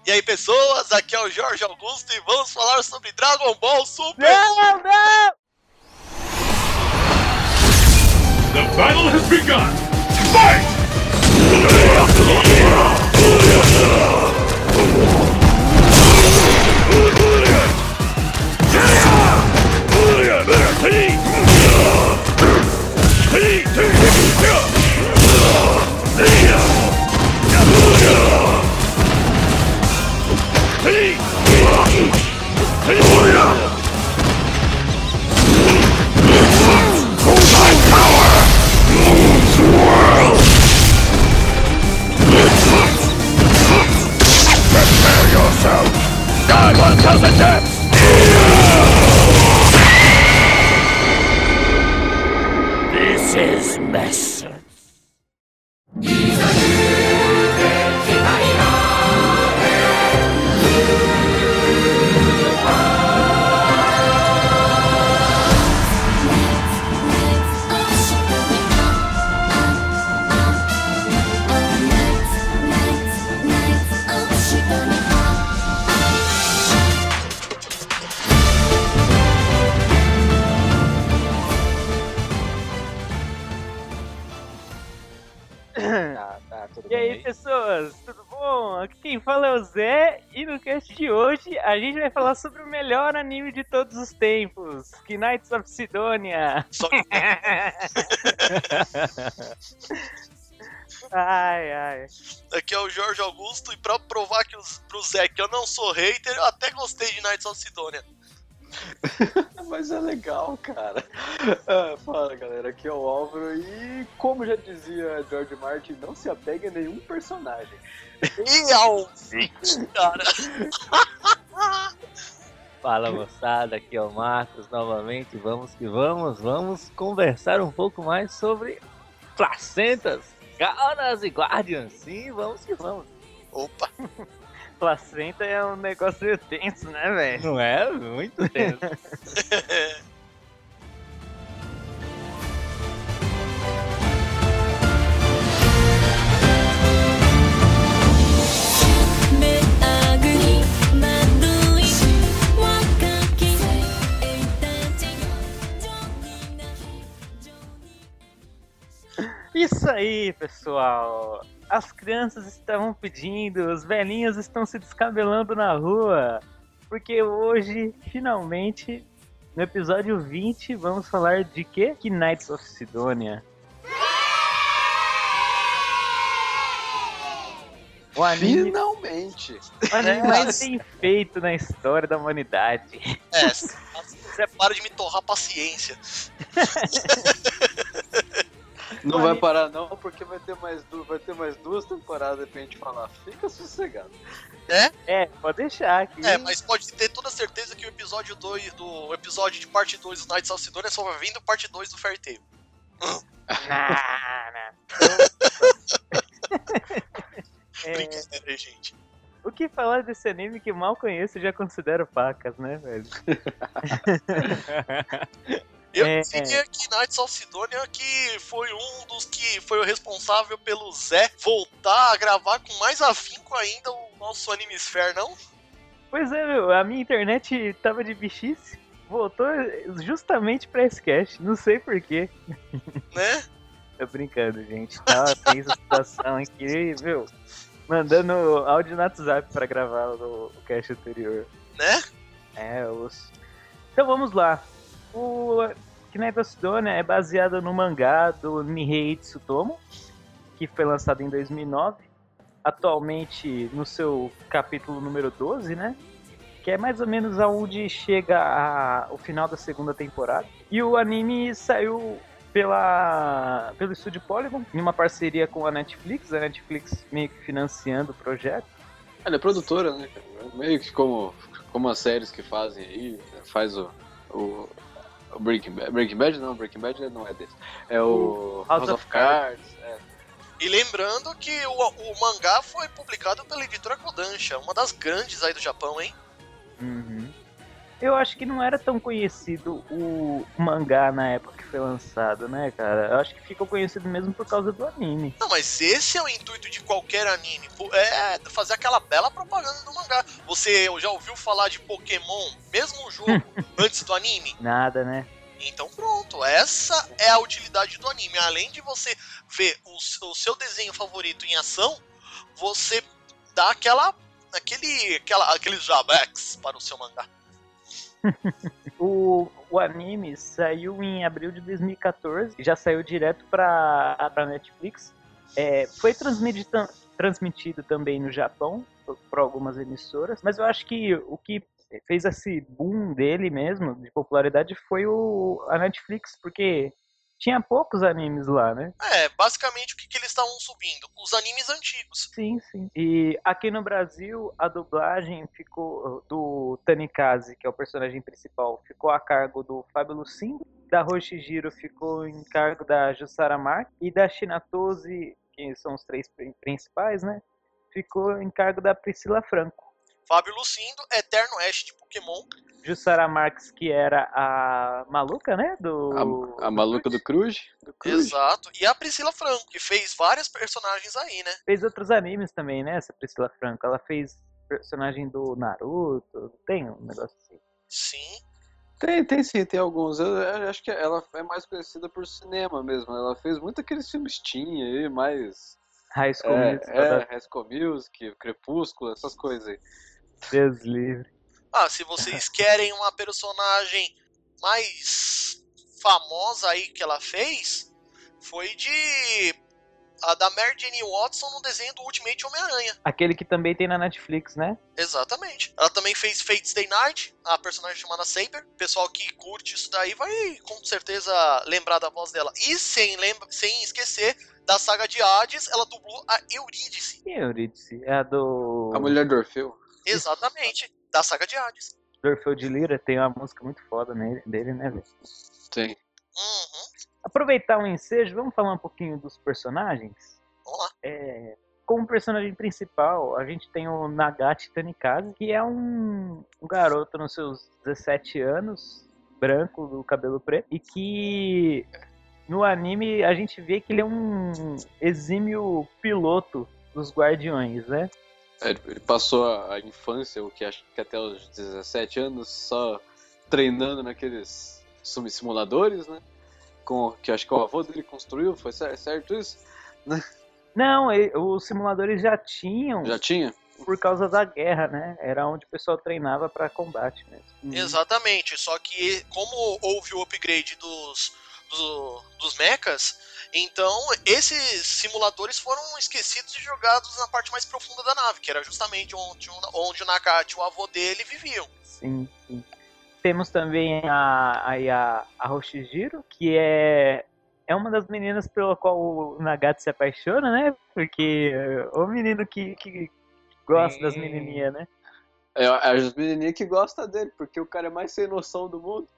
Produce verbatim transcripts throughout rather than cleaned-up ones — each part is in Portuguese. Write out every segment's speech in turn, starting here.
E aí, pessoas, aqui é o Jorge Augusto e vamos falar sobre Dragon Ball Super! Não, não! The battle has begun! Fight! This is mess. Tá, tá, tudo E bem aí, pessoas, tudo bom? Aqui quem fala é o Zé e no cast de hoje a gente vai falar sobre o melhor anime de todos os tempos, Knights of Sidonia. Só que Ai, ai. aqui é o Jorge Augusto e pra provar que os, pro Zé que eu não sou hater, eu até gostei de Knights of Sidonia. Mas é legal, cara. Ah, fala, galera, aqui é o Álvaro e, como já dizia George Martin, não se apegue a nenhum personagem. E ao cara. Fala, moçada, aqui é o Marcos novamente. Vamos que vamos, vamos conversar um pouco mais sobre placentas, Gaonas e Guardians. Sim, vamos que vamos. Opa, Placenta é um negócio tenso, né, velho? Não é? Muito tenso. Isso aí, pessoal. As crianças estavam pedindo, os velhinhos estão se descabelando na rua. Porque hoje, finalmente, no episódio vinte, vamos falar de quê? Knights of Sidonia. O anime, Finalmente! o anime mais bem feito na história da humanidade. é, Zé, para de me torrar paciência. Não vai parar não, porque vai ter mais, du- vai ter mais duas temporadas pra gente falar. Fica sossegado. É, pode deixar aqui. É, mas pode ter toda certeza que o episódio dois do episódio de parte dois do Knights of Sidonia só vai vir do parte dois do Fairy Tail. Não, não. É, Brincadeira aí, gente. o que falar desse anime que mal conheço e já considero pacas, né, velho? Eu É. diria que Knights of Sidonia que foi um dos que foi o responsável pelo Zé voltar a gravar com mais afinco ainda o nosso Animesphere, não? Pois é, meu, a minha internet tava de bichice, voltou justamente pra esse cast, não sei porquê. Né? Tô brincando, gente, tá tensa a situação aqui, meu, mandando áudio no WhatsApp pra gravar o, o cast anterior. Né? É, osso. Então vamos lá. O Knights of Sidonia é baseado no mangá do Nihei Tsutomu, que foi lançado em dois mil e nove, atualmente no seu capítulo número doze, né? Que é mais ou menos aonde chega a, o final da segunda temporada. E o anime saiu pela, pelo estúdio Polygon, em uma parceria com a Netflix, a Netflix meio que financiando o projeto. Ela é produtora, né? Meio que como, como as séries que fazem aí, faz o, o, o Breaking Bad. Breaking Bad não, Breaking Bad não é desse. É o House House of of Cards. É. E lembrando que o, o mangá foi publicado pela editora Kodansha, uma das grandes aí do Japão, hein? Uhum. Eu acho que não era tão conhecido o mangá na época que foi lançado, né, cara? Eu acho que ficou conhecido mesmo por causa do anime. Não, mas esse é o intuito de qualquer anime. pô, É fazer aquela bela propaganda do mangá. Você já ouviu falar de Pokémon, mesmo o jogo, antes do anime? Nada, né? Então pronto, essa é a utilidade do anime. Além de você ver o, o seu desenho favorito em ação, você dá aquela, aquele, aquela, aqueles jabecks para o seu mangá. O, o anime saiu em abril de dois mil e quatorze, já saiu direto para a Netflix. É, foi transmitido, transmitido também no Japão, por, por algumas emissoras, mas eu acho que o que fez esse boom dele mesmo, de popularidade, foi o, a Netflix, porque tinha poucos animes lá, né? É, basicamente o que, que eles estavam subindo? Os animes antigos. Sim, sim. E aqui no Brasil, a dublagem ficou do Tanikaze, que é o personagem principal, ficou a cargo do Fábio Lucindo, da Hoshijiro ficou em cargo da Jussara Mark, e da Shinatose, que são os três principais, né? Ficou em cargo da Priscila Franco. Fábio Lucindo, Eterno Ash de Pokémon. Jussara Marx, que era a maluca, né? Do... A, a maluca do Cruz? Do Cruz. Exato. E a Priscila Franco, que fez vários personagens aí, né? Fez outros animes também, né? Essa Priscila Franco. Ela fez personagem do Naruto. Tem um negócio assim. Sim. Tem, tem sim, tem alguns. Eu, eu acho que ela é mais conhecida por cinema mesmo. Ela fez muito aqueles filmes teen aí, mais. High School É, Musical. é, High School Music, Crepúsculo, essas coisas aí. Deus livre. Ah, se vocês querem uma personagem mais famosa aí que ela fez, foi de a da Mary Jane Watson no desenho do Ultimate Homem-Aranha. Aquele que também tem na Netflix, né? Exatamente. Ela também fez Fate's Day Night, a personagem chamada Saber. O pessoal que curte isso daí vai com certeza lembrar da voz dela. E sem, lembra, sem esquecer da saga de Hades, ela dublou a Eurídice. Que Eurídice? É a do... A mulher do Orfeu. Exatamente, da saga de Hades. do Orfeu de Lira. Tem uma música muito foda nele, dele, né, velho? Tem. Uhum. Aproveitar o ensejo, vamos falar um pouquinho dos personagens? Vamos lá. É... Como personagem principal, a gente tem o Nagati Tanikaze, que é um, um garoto nos seus dezessete anos, branco, do cabelo preto, e que no anime a gente vê que ele é um exímio piloto dos Guardiões, né? É, ele passou a infância, o que acho que até os dezessete anos, só treinando naqueles simuladores, né? Com, que acho que o avô dele construiu, foi certo isso? Não, ele, os simuladores já tinham. Já tinha? Por causa da guerra, né? Era onde o pessoal treinava para combate mesmo. Hum. Exatamente, só que como houve o upgrade dos, do, dos mechas, então esses simuladores foram esquecidos e jogados na parte mais profunda da nave, que era justamente onde, onde o Nagati e o avô dele viviam. Sim, sim. Temos também a, a, a Hoshijiro, que é, é uma das meninas pela qual o Nagati se apaixona, né? Porque o menino que, que gosta sim. das menininhas, né? É, as menininhas que gostam dele, porque o cara é mais sem noção do mundo.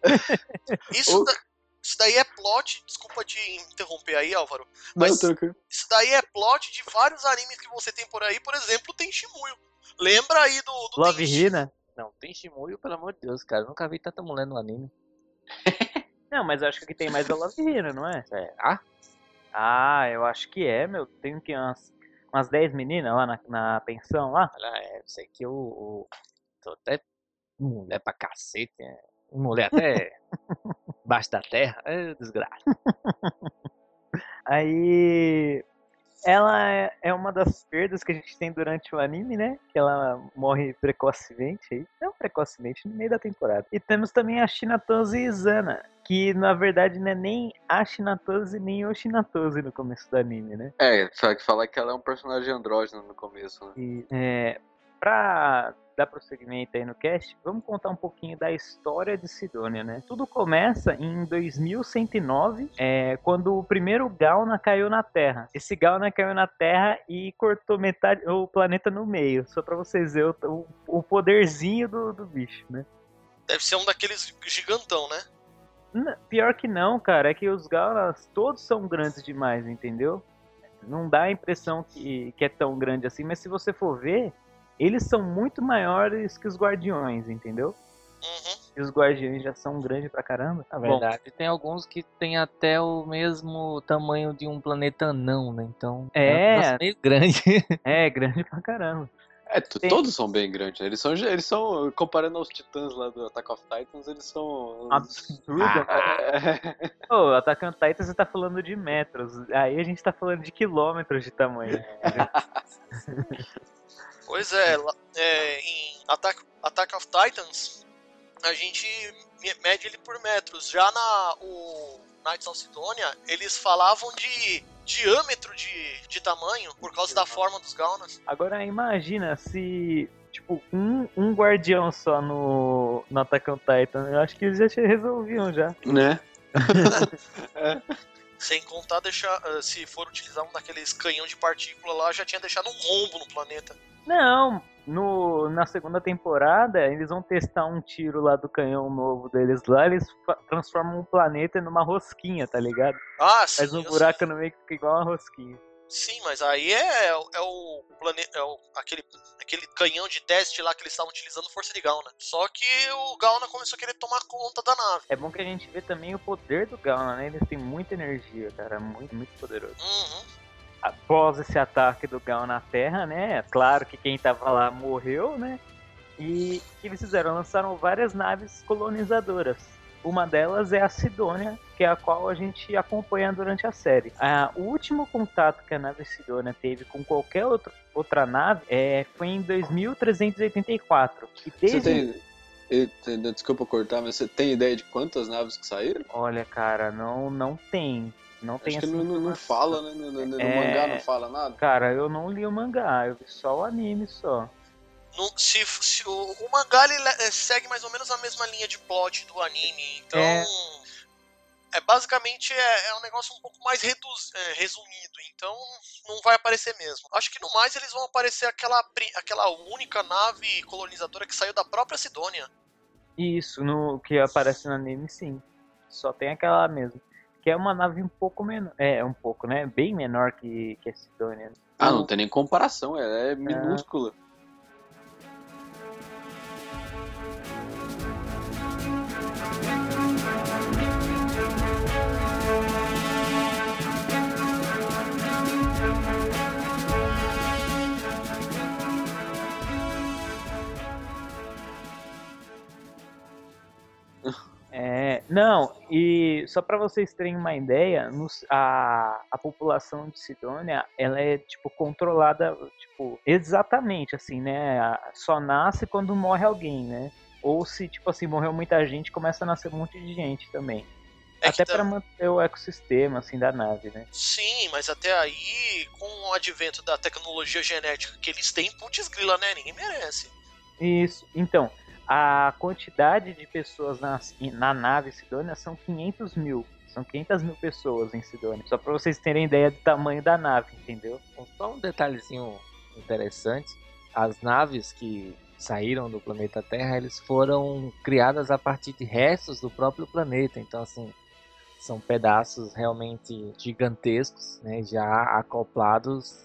Isso, da, isso daí é plot, desculpa te interromper aí, Álvaro, mas Não, tô... isso daí é plot de vários animes que você tem por aí, por exemplo, tem Shimuyo. Lembra aí do... do Love Hina? Não, tem Shimuyo, pelo amor de Deus, cara. Nunca vi tanta mulher no anime. Não, mas eu acho que aqui tem mais da Love Hina, não é? É. Ah? Ah, eu acho que é, meu. Tem que umas, umas dez meninas lá na, na pensão lá. Olha, é, sei que o, o... Tô até mulher pra cacete. É. Mulher até embaixo da terra. É desgraça. Aí... Ela é uma das perdas que a gente tem durante o anime, né? Que ela morre precocemente aí. Não precocemente, no meio da temporada. E temos também a Shinatose Izana, que na verdade não é nem a Shinatose nem o Shinatose no começo do anime, né? É, só que falar que ela é um personagem andrógeno no começo, né? E, é, pra dar prosseguimento aí no cast, vamos contar um pouquinho da história de Sidônia, né? Tudo começa em dois mil cento e nove, é, quando o primeiro Gauna caiu na Terra. Esse Gauna caiu na Terra e cortou metade o planeta no meio, só pra vocês verem o, o poderzinho do, do bicho, né? Deve ser um daqueles gigantão, né? N- pior que não, cara, é que os Gaunas todos são grandes demais, entendeu? Não dá a impressão que, que é tão grande assim, mas se você for ver, eles são muito maiores que os Guardiões, entendeu? Uhum. E os guardiões já são grandes pra caramba. Na Bom, verdade, tem alguns que tem até o mesmo tamanho de um planeta anão, né? Então é um É. negócio meio grande. é grande pra caramba. É, t- Tem- todos são bem grandes. Eles são, eles são, comparando aos titãs lá do Attack of Titans, eles são. Absurda. É, Ô, Attack on Titan você tá falando de metros. Aí a gente tá falando de quilômetros de tamanho. Pois é, lá- é, em Attack, Attack of Titans, a gente me- mede ele por metros. Já na o Knights of Sidonia, eles falavam de diâmetro de, de tamanho por causa da forma dos Gaunas. Agora imagina se, tipo, um, um guardião só no, no Attack on Titan. Eu acho que eles já te- resolviam já. né? Sem contar deixar, ah, se for utilizar um daqueles canhão de partícula lá, já tinha deixado um rombo no planeta. Não, no, na segunda temporada eles vão testar um tiro lá do canhão novo deles lá. Eles fa- transformam um planeta numa rosquinha, tá ligado? Ah, sim. Faz um eu buraco sei. no meio que fica igual uma rosquinha. Sim, mas aí é, é o planeta, é o, aquele, aquele canhão de teste lá que eles estavam utilizando força de Gauna. Só que o Gauna começou a querer tomar conta da nave. É bom que a gente vê também o poder do Gauna, né? Eles têm muita energia, cara. Muito, muito poderoso. Uhum. Após esse ataque do Gaon na Terra, né? É claro que quem tava lá morreu, né? E o que eles fizeram? Lançaram várias naves colonizadoras. Uma delas é a Sidônia, que é a qual a gente acompanha durante a série. Ah, o último contato que a nave Sidônia teve com qualquer outro, outra nave é, foi em dois mil trezentos e oitenta e quatro. E Você desde... tem. e- tem- Desculpa cortar, mas você tem ideia de quantas naves que saíram? Olha, cara, não, não tem. Não tem Acho que essa não, não- não informação. fala, né? No, no- no É. mangá não fala nada. Cara, eu não li o mangá, eu vi só o anime só. No- se, se o, o mangá ele le- segue mais ou menos a mesma linha de plot do anime, então É. é, basicamente é, é um negócio um pouco mais reduz- é, resumido, então não vai aparecer mesmo. Acho que no mais eles vão aparecer aquela, pri- aquela única nave colonizadora que saiu da própria Sidônia. Isso, no que aparece no anime, sim. Só tem aquela mesmo. Que é uma nave um pouco menor. É, um pouco, né? Bem menor que, que a Sidônia. Ah, não tem nem comparação, ela é minúscula. É, não, e só pra vocês terem uma ideia, nos- a, a população de Sidônia, ela é, tipo, controlada, tipo, exatamente, assim, né? A- Só nasce quando morre alguém, né? Ou se, tipo assim, morreu muita gente, começa a nascer um monte de gente também. É Até que pra tam- manter o ecossistema, assim, da nave, né? Sim, mas até aí, com o advento da tecnologia genética que eles têm, putz grila, né? Ninguém merece. Isso. Então, a quantidade de pessoas na, na nave Sidônia são quinhentos mil. São quinhentas mil pessoas em Sidônia. Só pra vocês terem ideia do tamanho da nave, entendeu? Só um detalhezinho interessante: as naves que saíram do planeta Terra, eles foram criadas a partir de restos do próprio planeta. Então, assim, são pedaços realmente gigantescos, né, já acoplados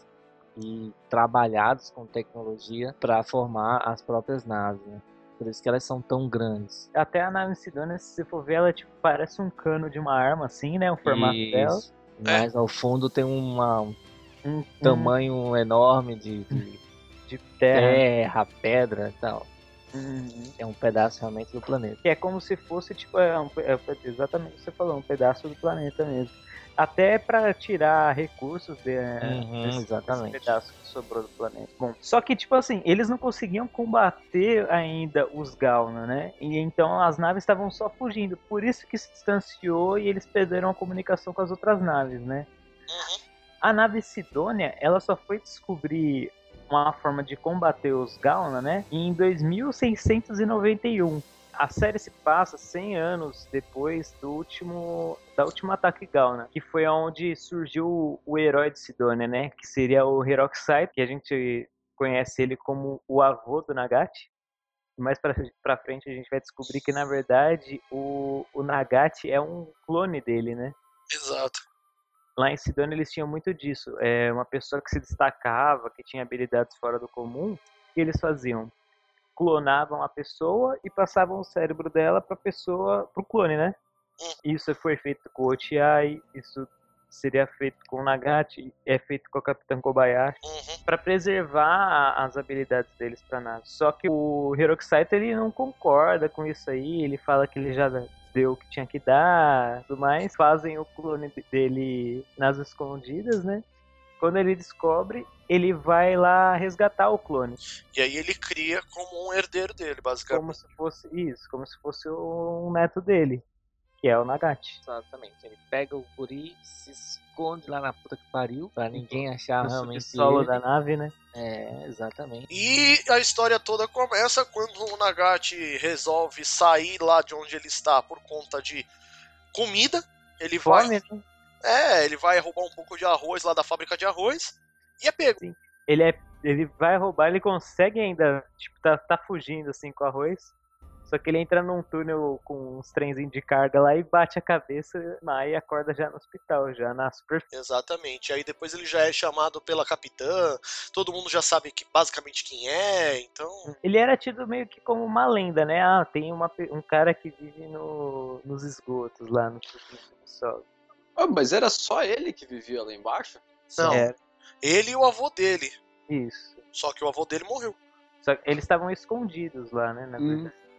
e trabalhados com tecnologia para formar as próprias naves, né? Por isso que elas são tão grandes. Até a nave Sidônia, se você for ver, ela tipo, parece um cano de uma arma, assim, né? O formato dela. Isso. Mas ao fundo tem uma, um Um, um tamanho enorme de, de de terra. terra, pedra e tal. Uhum. É um pedaço realmente do planeta. Que é como se fosse, tipo, é um- é exatamente o que você falou, um pedaço do planeta mesmo. Até pra tirar recursos de, Uhum, desse, exatamente. desse pedaço que sobrou do planeta. Bom, só que, tipo assim, eles não conseguiam combater ainda os Gauna, né? E então as naves estavam só fugindo. Por isso que se distanciou e eles perderam a comunicação com as outras naves, né? Uhum. A nave Sidônia, ela só foi descobrir uma forma de combater os Gauna, né? Em dois mil seiscentos e noventa e um. A série se passa cem anos depois do último da última ataque Gauna, que foi onde surgiu o, o herói de Sidônia, né? Que seria o Hiroxai, que a gente conhece ele como o avô do Nagati. Mais pra, pra frente a gente vai descobrir que, na verdade, o, o Nagati é um clone dele, né? Exato. Lá em Sidônia eles tinham muito disso. É uma pessoa que se destacava, que tinha habilidades fora do comum, o que eles faziam? clonavam a pessoa e passavam o cérebro dela para pessoa, pro clone, né? Isso foi feito com o Ochiai, isso seria feito com o Nagati, é feito com o Capitão Kobayashi, Uhum. para preservar as habilidades deles para nave. Só que o Hiroki Saito ele não concorda com isso aí, ele fala que ele já deu o que tinha que dar, tudo mais. Fazem o clone dele nas escondidas, né? Quando ele descobre, ele vai lá resgatar o clone. E aí ele cria como um herdeiro dele, basicamente. Como se fosse isso, como se fosse um neto dele, que é o Nagati. Exatamente. Ele pega o guri, se esconde lá na puta que pariu, pra ninguém achar No realmente subsolo ele. da nave, né? É, exatamente. E a história toda começa quando o Nagati resolve sair lá de onde ele está por conta de comida. Ele Fome, vai. né? É, ele vai roubar um pouco de arroz lá da fábrica de arroz. E é pego. Sim. Ele, é, ele vai roubar, ele consegue ainda, tipo, tá, tá fugindo assim com arroz. Só que ele entra num túnel com uns trenzinhos de carga lá e bate a cabeça e acorda já no hospital, já na superfície. Exatamente. Aí depois ele já é chamado pela capitã, todo mundo já sabe que, basicamente quem é, então... Ele era tido meio que como uma lenda, né? Ah, tem uma, um cara que vive no, nos esgotos lá no subsolo. Ah, mas era só ele que vivia lá embaixo? Não, É, ele e o avô dele. isso. Só que o avô dele morreu. Só que eles estavam escondidos lá, né? Na Hum. verdade.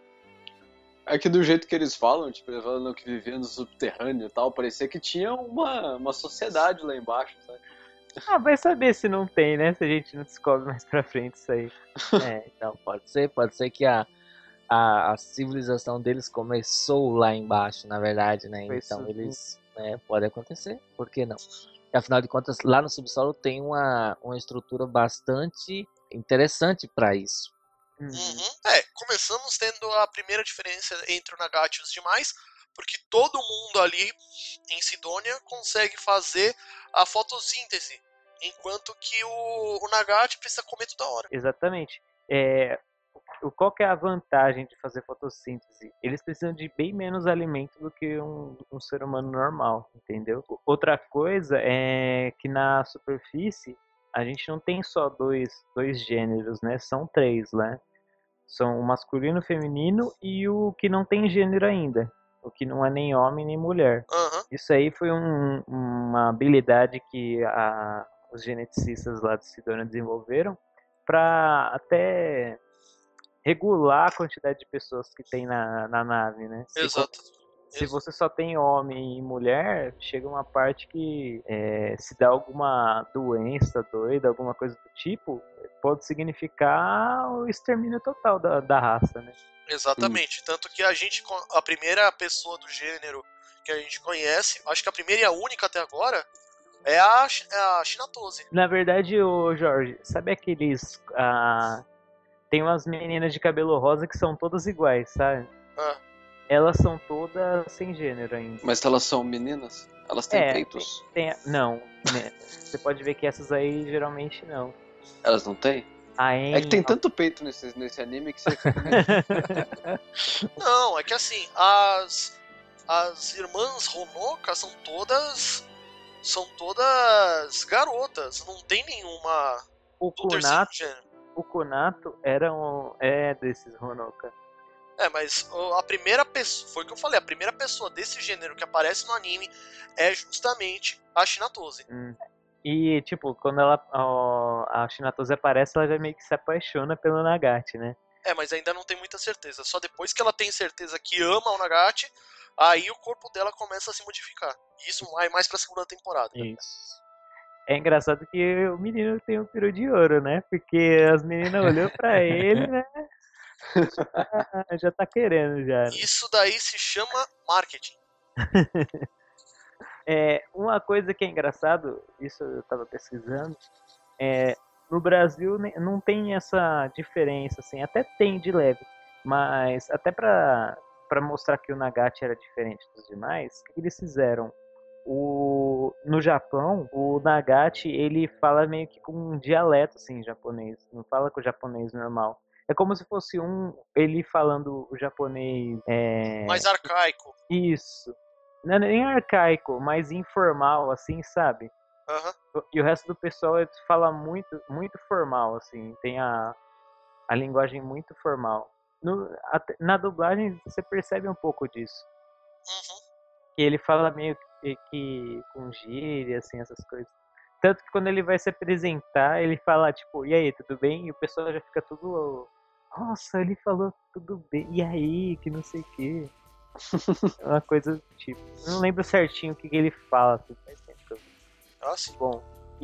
É que do jeito que eles falam, tipo, eles falam que vivia no subterrâneo e tal, parecia que tinha uma, uma sociedade lá embaixo, sabe? Ah, vai saber se não tem, né? Se a gente não descobre mais pra frente isso aí. É, então pode ser, pode ser que a, a, a civilização deles começou lá embaixo, na verdade, né? Foi Então subindo. eles, né, pode acontecer, por que não? E, afinal de contas, lá no subsolo tem uma, uma estrutura bastante interessante para isso. Hum. Uhum. É, começamos tendo a primeira diferença entre o Nagati e os demais, porque todo mundo ali em Sidônia consegue fazer a fotossíntese, enquanto que o, o Nagati precisa comer toda hora. Exatamente. É, o, qual que é a vantagem de fazer fotossíntese? Eles precisam de bem menos alimento do que um, um ser humano normal, entendeu? Outra coisa é que na superfície a gente não tem só dois, dois gêneros, né? São três, né? São o masculino, o feminino e o que não tem gênero ainda. O que não é nem homem nem mulher. Uhum. Isso aí foi um, uma habilidade que a, os geneticistas lá de Sidônia desenvolveram para até regular a quantidade de pessoas que tem na, na nave, né? Se, Exato. se você só tem homem e mulher, chega uma parte que é, se dá alguma doença doida, alguma coisa do tipo, pode significar o extermínio total da, da raça, né? Exatamente. Tanto que a gente, a primeira pessoa do gênero que a gente conhece, acho que a primeira e a única até agora, é a, é a Shinatose. Na verdade, o Jorge, sabe aqueles... Ah, tem umas meninas de cabelo rosa que são todas iguais, sabe? Ah. Elas são todas sem gênero ainda. Mas elas são meninas? Elas têm É, peitos? Tem, não, né? Você pode ver que essas aí geralmente não. Elas não têm? A É que Amy, tem tanto peito nesse, nesse anime que você fica meio... Não, é que assim, as as irmãs Honoka são todas são todas garotas, não tem nenhuma o do terceiro Kunato, gênero. o Kunato era um, é desses Honoka. É, mas a primeira pessoa, foi o que eu falei, a primeira pessoa desse gênero que aparece no anime é justamente a Shinatose. Hum. E, tipo, quando ela, ó, a Shinatose aparece, ela já meio que se apaixona pelo Nagati, né? É, mas ainda não tem muita certeza. Só depois que ela tem certeza que ama o Nagati, aí o corpo dela começa a se modificar. E isso vai mais pra segunda temporada. Isso. É engraçado que o menino tem um peru de ouro, né? Porque as meninas olhou pra ele, né? Já, já tá querendo, já. Né? Isso daí se chama marketing. É, uma coisa que é engraçado, isso eu tava pesquisando, é, no Brasil não tem essa diferença, assim, até tem de leve, mas até pra, pra mostrar que o Nagati era diferente dos demais, o que eles fizeram? O, no Japão, o Nagati, ele fala meio que com um dialeto, assim, japonês, não fala com o japonês normal. É como se fosse um, ele falando o japonês... É, mais arcaico. Isso. Não é nem arcaico, mas informal, assim, sabe? Uhum. E o resto do pessoal fala muito, muito formal, assim. Tem a, a linguagem muito formal. No, até- na dublagem você percebe um pouco disso. Uhum. Que ele fala meio que, que com gíria, assim, essas coisas. Tanto que quando ele vai se apresentar, ele fala, tipo, e aí, tudo bem? E o pessoal já fica tudo. Nossa, ele falou tudo bem. E aí, que não sei o quê. É uma coisa do tipo. Eu não lembro certinho o que, que ele fala, assim, faz tempo que eu vi. Ah, sim. Bom,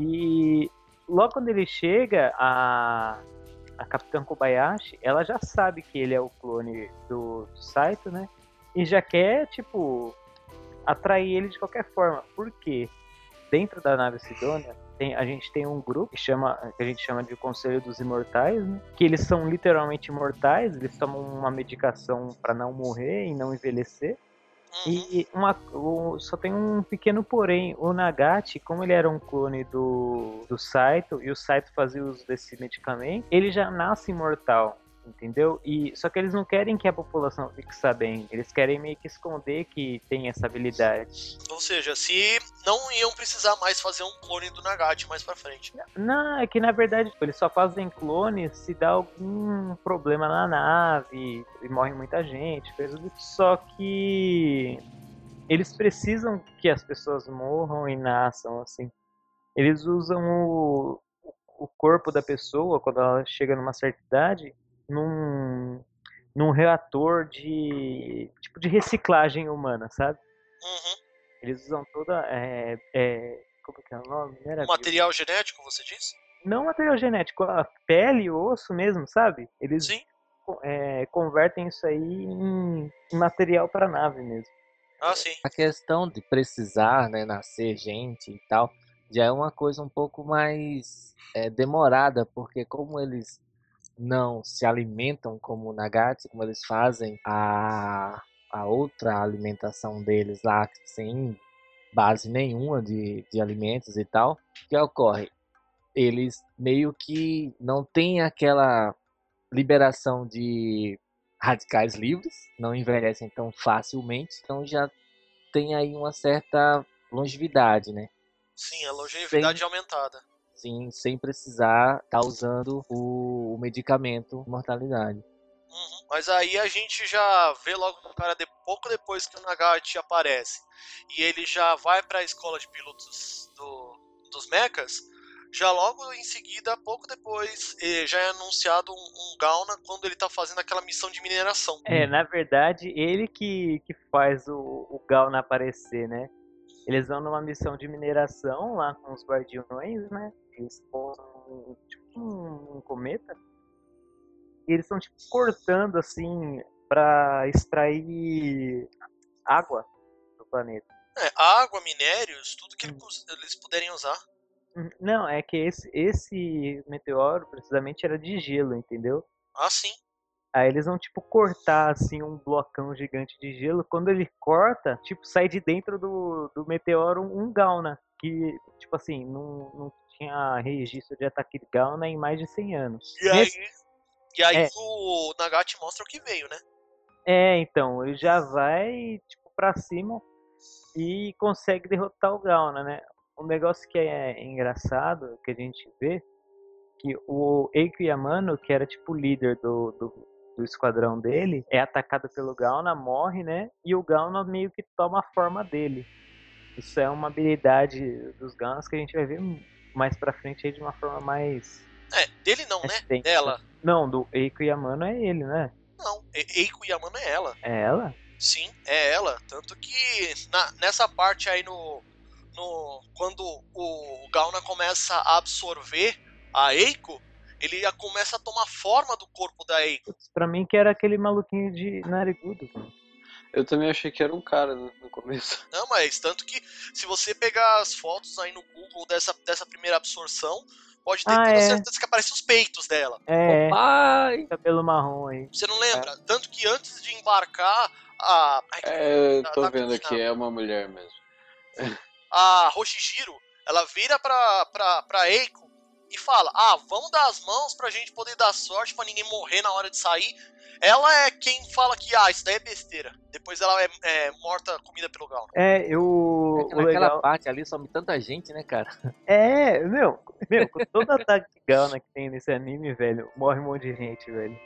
e logo quando ele chega, a, a Capitã Kobayashi, ela já sabe que ele é o clone do, do Saito, né? E já quer, tipo, atrair ele de qualquer forma. Por quê? Dentro da nave Sidonia, tem, a gente tem um grupo que, chama, que a gente chama de Conselho dos Imortais, né? Que eles são literalmente imortais, eles tomam uma medicação para não morrer e não envelhecer. Uhum. E uma, o, só tem um pequeno porém, o Nagati, como ele era um clone do, do Saito, e o Saito fazia uso desse medicamento, ele já nasce imortal, entendeu? E, só que eles não querem que a população fique sabendo, eles querem meio que esconder que tem essa habilidade. Ou seja, se não iam precisar mais fazer um clone do Nagati mais pra frente. Não, é que na verdade tipo, eles só fazem clones se dá algum problema na nave e morre muita gente, coisa do tipo. Só que eles precisam que as pessoas morram e nasçam, assim. Eles usam o, o corpo da pessoa, quando ela chega numa certa idade, num, num reator de tipo de reciclagem humana, sabe? Uhum. Eles usam toda. É, é, como que é o nome? Não era O material genético, você disse? Não material genético, a pele, o osso mesmo, sabe? Eles Sim. é, convertem isso aí em, em material para nave mesmo. Ah, sim. A questão de precisar, né, nascer gente e tal, já é uma coisa um pouco mais é, demorada, porque como eles não se alimentam como o Nagati, como eles fazem a, a outra alimentação deles lá, sem base nenhuma de, de alimentos e tal, o que ocorre? Eles meio que não têm aquela liberação de radicais livres, não envelhecem tão facilmente, então já tem aí uma certa longevidade, né? Sim, a longevidade Sem, aumentada. sim, sem precisar estar usando o, o medicamento mortalidade. Uhum. Mas aí a gente já vê logo o cara de, pouco depois que o Nagati aparece e ele já vai para a escola de pilotos do, dos mechas. Já logo em seguida, pouco depois, eh, já é anunciado um, um Gauna quando ele tá fazendo aquela missão de mineração. É, na verdade, ele que, que faz o, o Gauna aparecer, né? Eles vão numa missão de mineração lá com os guardiões, né? Eles pousam tipo um, um cometa. E eles estão tipo cortando assim para extrair água do planeta. É, água, minérios, tudo que ele pus- eles puderem usar. Hum, Não, é que esse, esse meteoro precisamente era de gelo, entendeu? Ah, sim. Aí eles vão, tipo, cortar, assim, um blocão gigante de gelo. Quando ele corta, tipo, sai de dentro do, do meteoro um Gauna. Que, tipo assim, não, não tinha registro de ataque de Gauna em mais de cem anos. E aí, Nesse- e aí É. o Nagati mostra o que veio, né? É, então, ele já vai, tipo, pra cima e consegue derrotar o Gauna, né? Um negócio que é engraçado, que a gente vê, que o Eiko Yamano, que era, tipo, o líder do, do, do esquadrão dele, é atacado pelo Gauna, morre, né? E o Gauna meio que toma a forma dele. Isso é uma habilidade dos Gaunas que a gente vai ver mais pra frente aí de uma forma mais... É, dele não, né? extensa. Dela. Não, do Eiko Yamano é ele, né? Não, E- Eiko Yamano é ela. É ela? Sim, é ela. Tanto que na- nessa parte aí no, no. Quando o Gauna começa a absorver a Eiko, ele já começa a tomar forma do corpo da Eiko. Putz, pra mim que era aquele maluquinho de narigudo, mano. Eu também achei que era um cara no, no começo. Não, mas tanto que se você pegar as fotos aí no Google dessa, dessa primeira absorção, pode ter Ah, toda é. certeza que aparecem os peitos dela. É, Pai! cabelo marrom aí. Você não lembra? Tanto que antes de embarcar a. Ai, É, da- tô da vendo Kushina, aqui, é uma mulher mesmo. a Hoshijiro, ela vira pra, pra, pra Eiko e fala, ah, vamos dar as mãos pra gente poder dar sorte pra ninguém morrer na hora de sair. Ela é quem fala que, ah, isso daí é besteira. Depois ela é, é morta, comida pelo Gaon. É, eu. É que o naquela legal. parte ali some tanta gente, né, cara? É, meu, meu, com todo ataque de Gaona que tem nesse anime, velho, morre um monte de gente, velho.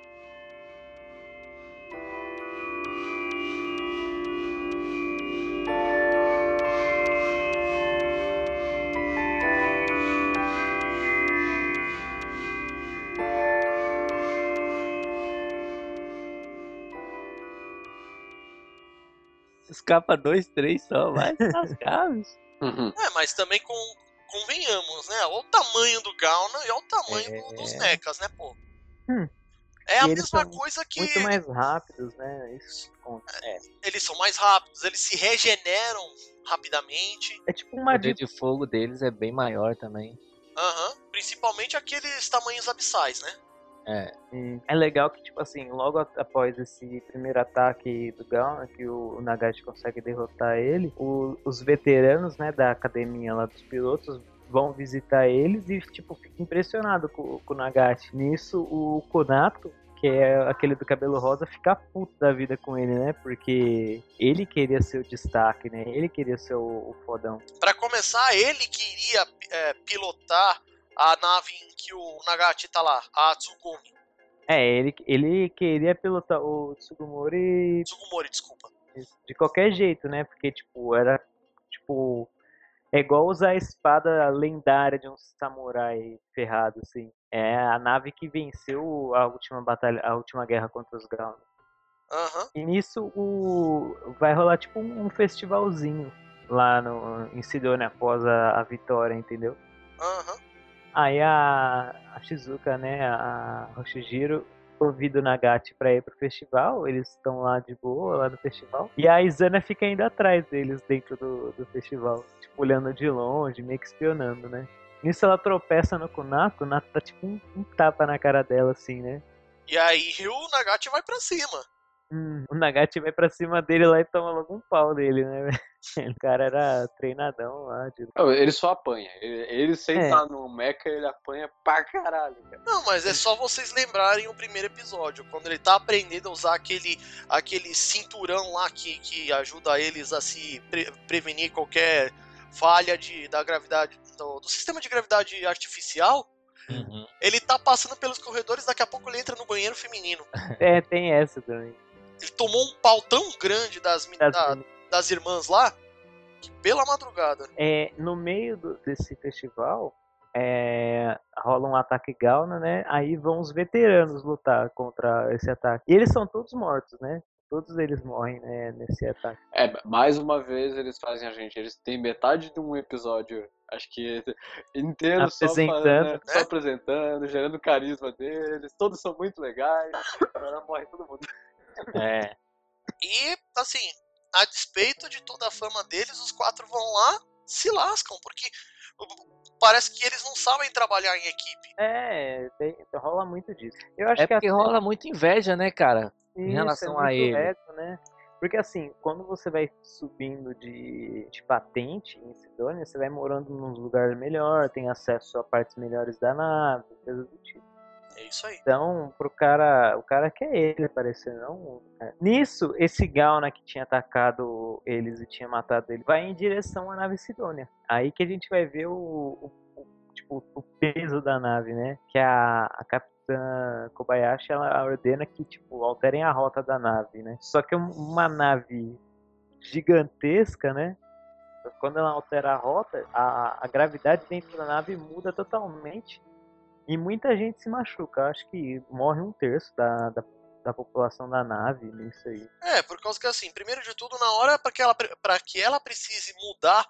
Escapa dois, três só, vai se lascar, bicho. Uhum. É, mas também com, convenhamos, né? Olha o tamanho do Gauna e olha o tamanho É. do- dos mechas, né, pô? Hum. É a E eles mesma são coisa que Muito mais rápidos, né? Isso que conta. É, eles são mais rápidos, eles se regeneram rapidamente. é tipo O uma poder dica. de fogo deles é bem maior também. Aham. Principalmente aqueles tamanhos abissais, né? É, É legal que, tipo assim, logo a- após esse primeiro ataque do Gaon, que o Nagashi consegue derrotar ele, o- os veteranos, né, da academia lá dos pilotos vão visitar eles e, tipo, fica impressionado com, com o Nagashi. Nisso, o Konato, que é aquele do cabelo rosa, fica puto da vida com ele, né? Porque ele queria ser o destaque, né? Ele queria ser o, o fodão. Pra começar, ele queria é, pilotar a nave em que o Nagati tá lá, a Tsugumi. É, ele, ele queria pilotar o Tsugumori Tsugumori, desculpa. de qualquer jeito, né? Porque, tipo, era, tipo, é igual usar a espada lendária de um samurai ferrado, assim. É a nave que venceu a última batalha, a última guerra contra os Gaon. Aham. E nisso o, vai rolar, tipo, um, um festivalzinho lá no, em Sidonia após a, a vitória, entendeu? Aham. Aí a, a Shizuka, né, a Hoshijiro, convida o Nagati pra ir pro festival. Eles estão lá de boa, lá no festival. E a Izana fica indo atrás deles dentro do, do festival. Tipo, olhando de longe, meio que espionando, né? Nisso ela tropeça no Kunato, o Kunato tá tipo um, um tapa na cara dela, assim, né? E aí o Nagati vai pra cima. Hum, o Nagati vai pra cima dele lá e toma logo um pau dele, né? O cara era treinadão lá. De... Não, ele só apanha. Ele, ele sem É. estar no mecha, ele apanha pra caralho, cara. Não, mas é só vocês lembrarem o primeiro episódio, quando ele tá aprendendo a usar aquele, aquele cinturão lá que, que ajuda eles a se pre- prevenir qualquer falha de, da gravidade, do, do sistema de gravidade artificial. uhum. Ele tá passando pelos corredores, daqui a pouco ele entra no banheiro feminino. É, tem essa também. Ele tomou um pau tão grande das, mi- Das da- das irmãs lá, que pela madrugada. É, no meio do- desse festival, é, rola um ataque Gauna, né? Aí vão os veteranos lutar contra esse ataque. E eles são todos mortos, né? Todos eles morrem, né, nesse ataque. É, mais uma vez eles fazem a gente. Eles têm metade de um episódio, acho que inteiro só, Apresentando. falando, né, só apresentando, gerando o carisma deles. Todos são muito legais. Agora morre todo mundo. É. E, assim, a despeito de toda a fama deles, os quatro vão lá, se lascam, porque parece que eles não sabem trabalhar em equipe. É, tem- rola muito disso. Eu acho É que porque a- rola muita inveja, né, cara? Isso, em relação é a muito ele. ego, né? Porque assim, quando você vai subindo de, de patente em Sidonia, você vai morando num lugar melhor, tem acesso a partes melhores da nave, coisas do tipo. É isso aí. Então, pro cara, o cara quer ele aparecer, não o cara. Nisso, esse Gauna que tinha atacado eles e tinha matado ele, vai em direção à nave Sidonia. Aí que a gente vai ver o, o- o- tipo, o peso da nave, né? Que a, a capitã Kobayashi, ela ordena que, tipo, alterem a rota da nave, né? Só que um- uma nave gigantesca, né? Quando ela altera a rota, a, a gravidade dentro da nave muda totalmente. E muita gente se machuca. Acho que morre um terço da, da, da população da nave nisso aí. É, por causa que, assim, primeiro de tudo, na hora para que ela, para que ela precise mudar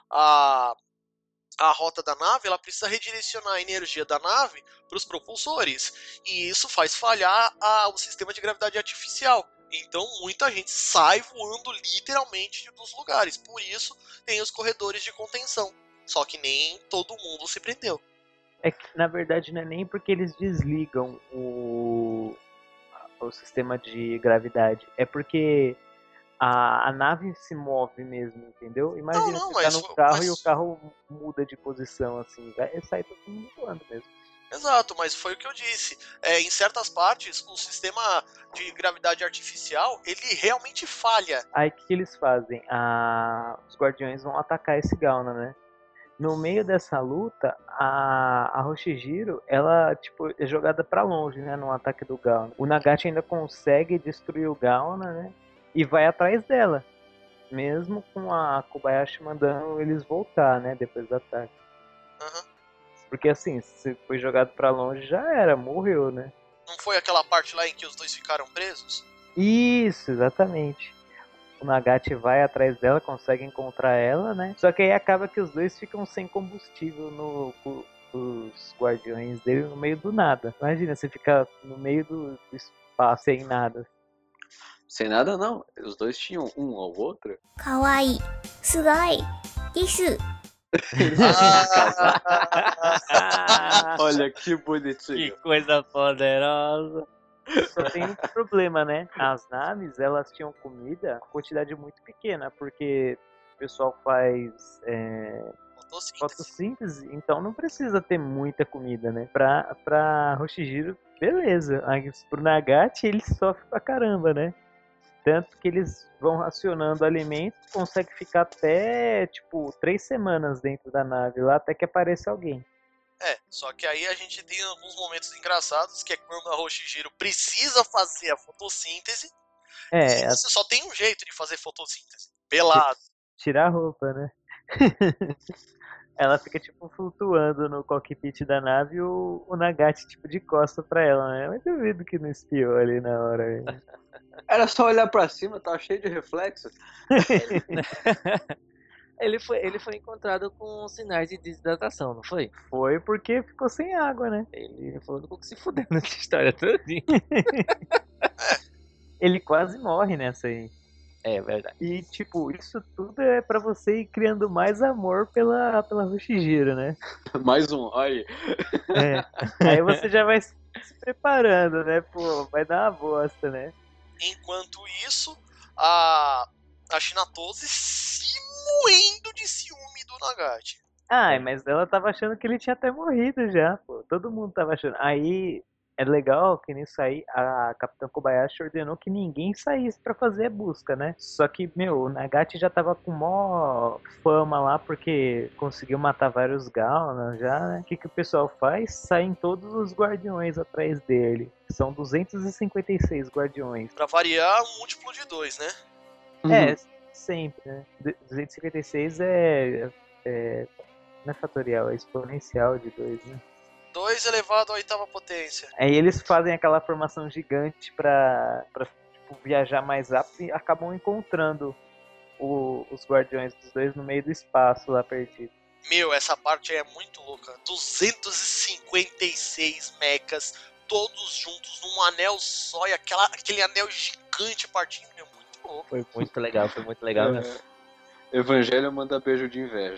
a, a rota da nave, ela precisa redirecionar a energia da nave para os propulsores. E isso faz falhar a, o sistema de gravidade artificial. Então muita gente sai voando literalmente dos lugares. Por isso tem os corredores de contenção. Só que nem todo mundo se prendeu. É que, na verdade, não é nem porque eles desligam o, o sistema de gravidade. É porque A, a nave se move mesmo, entendeu? Imagina Não, não, você tá mas no foi- carro mas- e o carro muda de posição, assim. Vai sair todo mundo voando mesmo. Exato, mas foi o que eu disse. É, em certas partes, o sistema de gravidade artificial, ele realmente falha. Aí o que, que eles fazem? A- Os guardiões vão atacar esse Gauna, né? No meio dessa luta, a, a Hoshijiro, ela tipo, é jogada pra longe, né? No ataque do Gauna. O Nagashi ainda consegue destruir o Gauna, né? E vai atrás dela. Mesmo com a Kobayashi mandando eles voltar, né? Depois do ataque. Aham. Porque assim, se foi jogado pra longe, já era, morreu, né? Não foi aquela parte lá em que os dois ficaram presos? Isso, exatamente. O Nagashi vai atrás dela, consegue encontrar ela, né? Só que aí acaba que os dois ficam sem combustível no o- os guardiões dele no meio do nada. Imagina, você ficar no meio do, do espaço sem nada. Sem nada não, os dois tinham um ao outro. かわいいすごいです Ah, Olha que Que bonitinho. coisa poderosa. Só tem um problema, né? As naves, elas tinham comida, quantidade muito pequena, porque o pessoal faz é, fotossíntese. fotossíntese, então não precisa ter muita comida, né? Pra, pra Hoshijiro, beleza. Aí pro Nagashi, ele sofre pra caramba, né? Tanto que eles vão racionando alimento, consegue ficar até, tipo, três semanas dentro da nave lá, até que apareça alguém. É, só que aí a gente tem alguns momentos engraçados, que é quando a Hoshijiro precisa fazer a fotossíntese, É, e você só tem um jeito de fazer fotossíntese. Pelado. tirar a roupa, né? Ela fica, tipo, flutuando no cockpit da nave e o, o Nagashi, tipo, de costa pra ela, né? Mas duvido que não espiou ali na hora. Hein? Era só olhar pra cima, tava cheio de reflexo. Ele foi, ele foi encontrado com sinais de desidratação, não foi? Foi porque ficou sem água, né? Ele foi o único que se fudeu nessa história todinha. Ele quase morre nessa aí. É verdade. E, tipo, isso tudo é pra você ir criando mais amor pela, pela Hoshijiro, né? Mais um, aí. É. Aí você já vai se se preparando, né? Pô, vai dar uma bosta, né? Enquanto isso, a, a Shinatose se moendo de ciúme do Nagashi. Ah, mas ela tava achando que ele tinha até morrido já, pô. Todo mundo tava achando. Aí é legal que nisso aí a Capitã Kobayashi ordenou que ninguém saísse pra fazer a busca, né? Só que, meu, o Nagashi já tava com mó fama lá porque conseguiu matar vários Gaunas já, né? O que, que o pessoal faz? Saem todos os guardiões atrás dele. São duzentos e cinquenta e seis guardiões. Pra variar, um múltiplo de dois, né? É, sempre, né? Du- duzentos e cinquenta e seis é, é. Não é fatorial, é exponencial de dois, né? dois elevado à oitava potência. Aí eles fazem aquela formação gigante pra, pra tipo, viajar mais rápido e acabam encontrando o- os guardiões dos dois no meio do espaço lá perdido. Meu, essa parte aí é muito louca. duzentos e cinquenta e seis mechas, todos juntos num anel só, e aquela, aquele anel gigante partindo. É muito louco. Foi muito legal, foi muito legal, né? É, Evangelho manda beijo de inveja.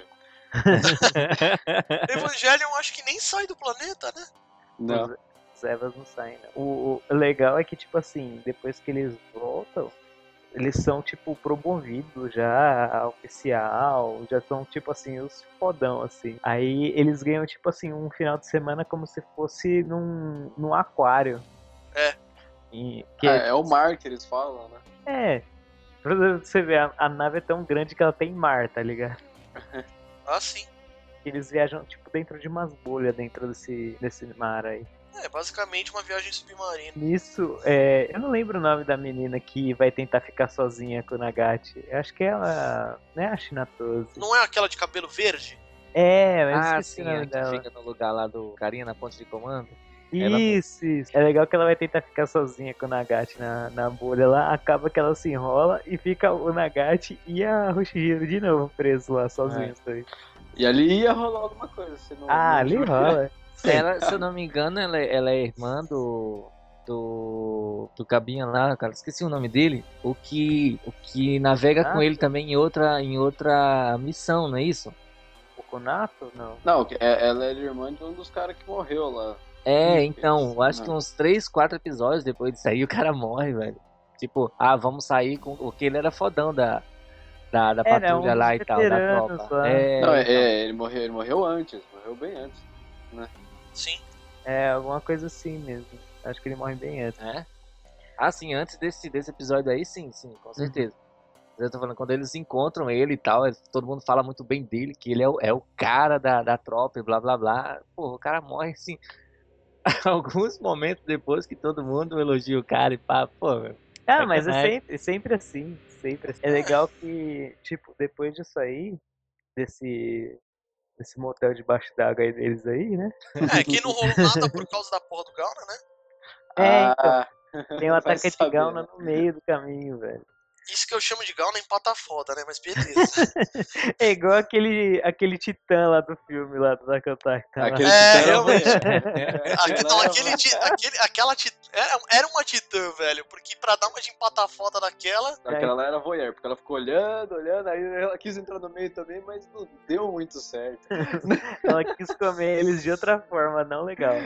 Evangelion acho que nem sai do planeta, né? Não. Os, os Evas não saem, não. O, o legal é que, tipo assim, depois que eles voltam, eles são, tipo, promovidos já a oficial, já são, tipo assim, os fodão, assim. Aí eles ganham, tipo assim, um final de semana como se fosse num, num aquário. É. E, que É, é o mar que eles falam, né? É. Pra você ver, a, a nave é tão grande que ela tem mar, tá ligado? Ah, sim. Eles viajam, tipo, dentro de umas bolhas dentro desse, desse mar aí. É basicamente uma viagem submarina. Nisso, é, eu não lembro o nome da menina que vai tentar ficar sozinha com o Nagashi. Eu acho que ela. Não é a Shinatose. Não é aquela de cabelo verde? É, eu Ah, esqueci sim, o nome a que dela. fica no lugar lá do carinha na ponte de comando. ela- Isso, isso. É legal que ela vai tentar ficar sozinha com o Nagashi na, na bolha lá. Acaba que ela se enrola e fica o Nagashi e a Hoshihiro de novo preso lá, sozinhos. dois. E ali ia rolar alguma coisa. Se não, Ah, não ali tiver- rola. Ela, se eu não me engano, ela, é- ela é irmã do. Do. Do Cabinha lá, cara. Esqueci o nome dele. O que. O que navega Ah. com ele também em outra, em outra missão, não é isso? O Konato? Não. Não, que- é- ela é irmã de um dos caras que morreu lá. É, Hum, então, eu acho que não. uns três, quatro episódios depois disso aí o cara morre, velho. Tipo, ah, vamos sair com... Porque ele era fodão da, da, da Era patrulha um lá dos e tal, da veteranos tropa. lá. É, Não, é, então. é, ele morreu, ele morreu antes, morreu bem antes. Sim. É, alguma coisa assim mesmo. Acho que ele morre bem antes. É? Ah, sim, antes desse, desse episódio aí, sim, sim, com certeza. Eu tô falando, quando eles encontram ele e tal, ele- todo mundo fala muito bem dele, que ele é o, é o cara da, da tropa e blá blá blá. Pô, o cara morre assim, alguns momentos depois que todo mundo elogia o cara e pá, pô, meu, Ah, mas é sacanagem. sempre, sempre assim. Sempre assim. É legal que, tipo, depois disso aí, desse, desse motel debaixo d'água aí deles aí, né? É, que não rolou nada por causa da porra do Gauna, né? É, então, Ah, tem um vai ataque de saber, Gauna né? no meio do caminho, velho. Isso que eu chamo de Gauna empata foda, né? Mas beleza. É igual aquele, aquele titã lá do filme, lá do Attack on Titan. lá. Aquele É, titã era realmente. voyeur. Aque- Aquele não, lá era aquele, ti- voyeur. aquele, aquela titã. Era, era uma titã, velho. Porque pra dar uma de empatar foda daquela. Aquela lá era voyeur, porque ela ficou olhando, olhando, aí ela quis entrar no meio também, mas não deu muito certo. Ela quis comer eles de outra forma, não legal.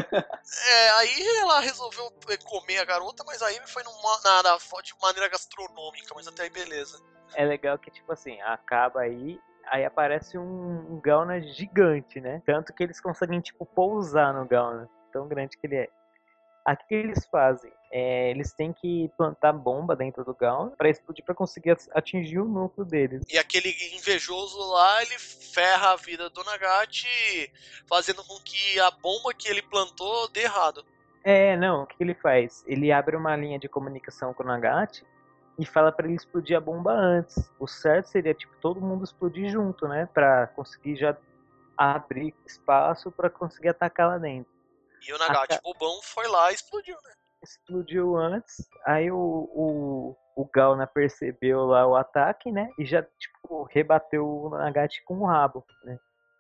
É, aí ela resolveu eh, comer a garota, mas aí foi numa, na, na- de maneira gastronômica, mas até aí beleza. É legal que, tipo assim, acaba aí, aí aparece um, um Gauna gigante, né? Tanto que eles conseguem, tipo, pousar no Gauna. Tão grande que ele é. Aqui o que eles fazem? É, eles têm que plantar bomba dentro do Gauna pra explodir, pra conseguir at- atingir o núcleo deles. E aquele invejoso lá, ele ferra a vida do Nagati, fazendo com que a bomba que ele plantou dê errado. É, não, o que ele faz? Ele abre uma linha de comunicação com o Nagati e fala pra ele explodir a bomba antes. O certo seria, tipo, todo mundo explodir junto, né? Pra conseguir já abrir espaço pra conseguir atacar lá dentro. E o Nagati, Aca- bobão, foi lá e explodiu, né? Explodiu antes, aí o, o, o Gauna percebeu lá o ataque, né? E já, tipo, rebateu o Nagati com o rabo, né?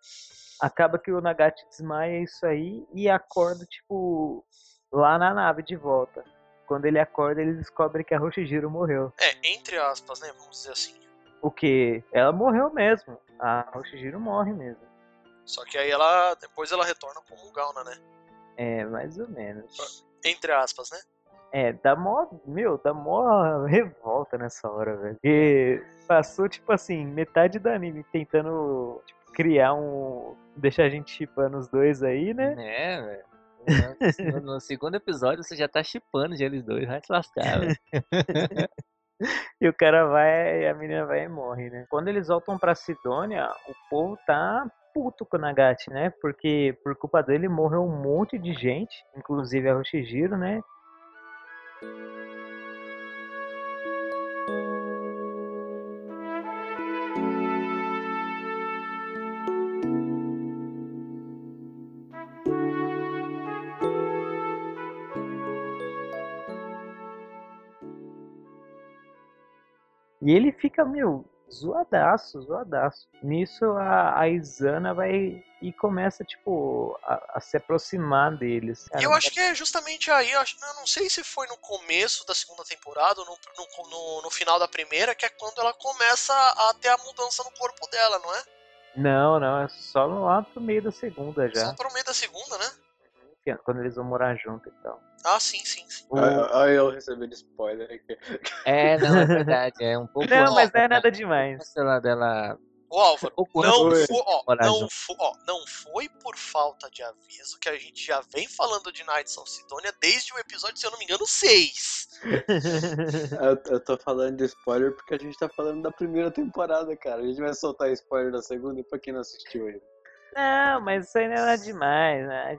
Acaba que o Nagati desmaia isso aí e acorda, tipo, lá na nave de volta. Quando ele acorda, ele descobre que a Hoshijiro morreu. É, entre aspas, né? Vamos dizer assim. O que? Ela morreu mesmo. A Hoshijiro morre mesmo. Só que aí ela. Depois ela retorna como um Gauna, né? É, mais ou menos. Entre aspas, né? É, dá mó, meu, dá mó revolta nessa hora, velho. Porque passou, tipo assim, metade do anime tentando tipo, criar um. Deixar a gente chipando os dois aí, né? É, velho. No, no segundo episódio você já tá chipando já eles dois, vai se lascar, velho. E o cara vai, a menina vai e morre, né? Quando eles voltam pra Sidônia, o povo tá puto com o Nagati, né? Porque por culpa dele morreu um monte de gente, inclusive a Hoshijiro, né? E ele fica, meu, zoadaço, zoadaço. Nisso a, a Izana vai e começa, tipo, a, a se aproximar deles. E eu acho que é justamente aí, eu, acho, eu não sei se foi no começo da segunda temporada ou no, no, no, no final da primeira, que é quando ela começa a ter a mudança no corpo dela, não é? Não, não, é só lá pro meio da segunda já. Só pro meio da segunda, né? Quando eles vão morar junto e tal. Ah, sim, sim, sim. O- Olha eu recebendo spoiler aqui. É, não, é verdade, é um pouco... Não, mas não é né? nada demais. Sei lá, dela... Ô, Álvaro, Um pouco não antes foi, ó, morar não, junto. fo- ó, não foi por falta de aviso que a gente já vem falando de Knights of Sidonia desde o episódio, se eu não me engano, seis. Eu, eu tô falando de spoiler porque a gente tá falando da primeira temporada, cara. A gente vai soltar spoiler da segunda e pra quem não assistiu ainda. Não, mas isso aí não é nada demais, né?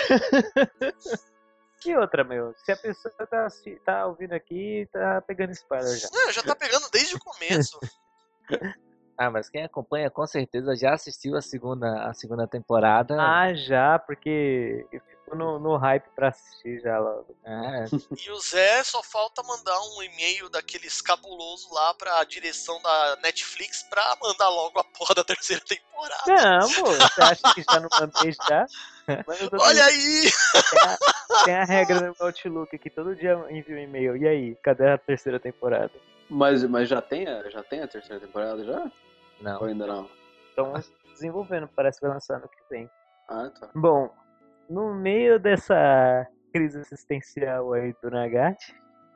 E outra, meu, se a pessoa tá, assi- tá ouvindo aqui, tá pegando spoiler já. Não, já tá pegando desde o começo. Ah, mas quem acompanha com certeza já assistiu a segunda, a segunda temporada. Ah, já, porque eu fico no, no hype pra assistir já logo. É, E o Zé só falta mandar um e-mail daqueles cabuloso lá pra direção da Netflix pra mandar logo a porra da terceira temporada. Não, pô, você acha que já não mandei já? Mas eu tô Olha aí! Tem a, tem a regra no Outlook que todo dia eu envio um e-mail. E aí, cadê a terceira temporada? Mas, mas já, tem a, já tem a terceira temporada já? não. Ou ainda não? Estão desenvolvendo, parece que vai lançar no que vem. Ah, tá. Bom, no meio dessa crise existencial aí do Nagati,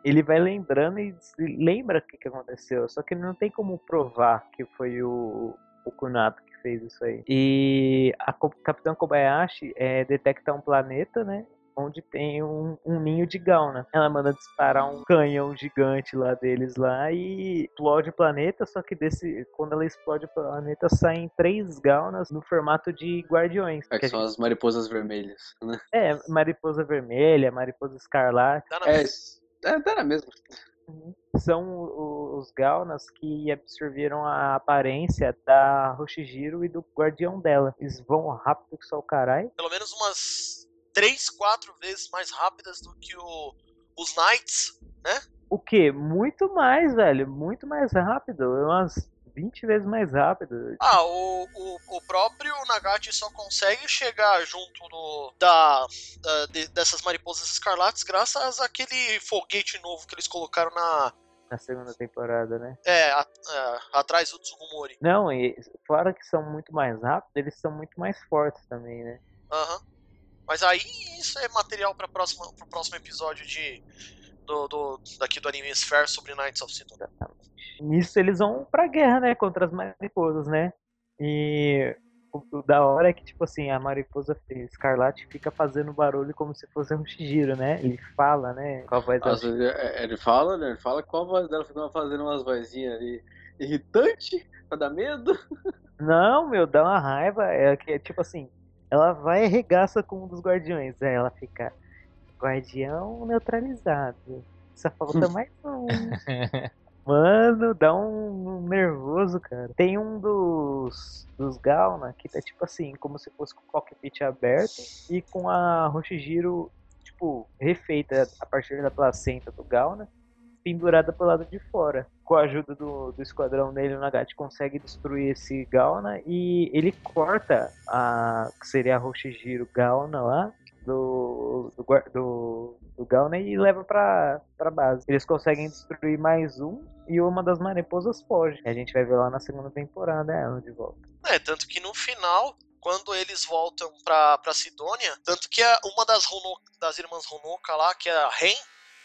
ele vai lembrando e se lembra o que, que aconteceu. Só que ele não tem como provar que foi o, o Kunato que fez isso aí. E a Co- Capitã Kobayashi é, detecta um planeta, né? Onde tem um, um ninho de Gauna. Ela manda disparar um canhão gigante lá deles lá e explode o planeta, só que desse, quando ela explode o planeta, saem três Gaunas no formato de guardiões. É Que que a são gente- as mariposas vermelhas, né? É, mariposa vermelha, mariposa escarlate. Tá na É, é, tá na mesma. São o- os Gaunas que absorveram a aparência da Hoshijiro e do guardião dela. Eles vão rápido que só o caralho. Pelo menos umas três, quatro vezes mais rápidas do que o, os Knights, né? O que? Muito mais, velho. Muito mais rápido. Umas vinte vezes mais rápido. Ah, o, o, o próprio Nagati só consegue chegar junto no, da, da- de- dessas mariposas escarlates graças àquele foguete novo que eles colocaram na, Na segunda temporada, né? é, a- é, atrás do Tsugumori. Não, e fora que são muito mais rápidos, eles são muito mais fortes também, né? Aham. Mas aí isso é material para o próximo episódio de, do, do, daqui do Anime Sphere sobre Knights of Sidonia. Exatamente. Nisso eles vão pra guerra, né? Contra as mariposas, né? E o, o da hora é que, tipo assim, a mariposa escarlate fica fazendo barulho como se fosse um Shijiro, né? Ele fala, né? Com a voz da Às vezes, é, ele fala, né? Ele fala que a voz dela fica fazendo umas vozinhas ali irritante, pra dar medo. Não, meu, dá uma raiva. É que, tipo assim, ela vai e arregaça com um dos guardiões. Aí ela fica, guardião neutralizado. Só falta mais um. Mano, dá um, um nervoso, cara. Tem um dos, dos Gauna que tá tipo assim, como se fosse com o cockpit aberto e com a Hoshijiro, tipo, refeita a partir da placenta do Gauna, pendurada pro lado de fora. Com a ajuda do, do esquadrão dele, o Nagati consegue destruir esse Gauna e ele corta a que seria a Hoshijiro Gauna lá do, do, guar- do, do Gauna e leva pra, pra base. Eles conseguem destruir mais um e uma das mariposas foge. A gente vai ver lá na segunda temporada ela de volta. É, tanto que no final, quando eles voltam pra, pra Sidônia, tanto que a, uma das, Hono, das irmãs Honoka lá, que é a Ren,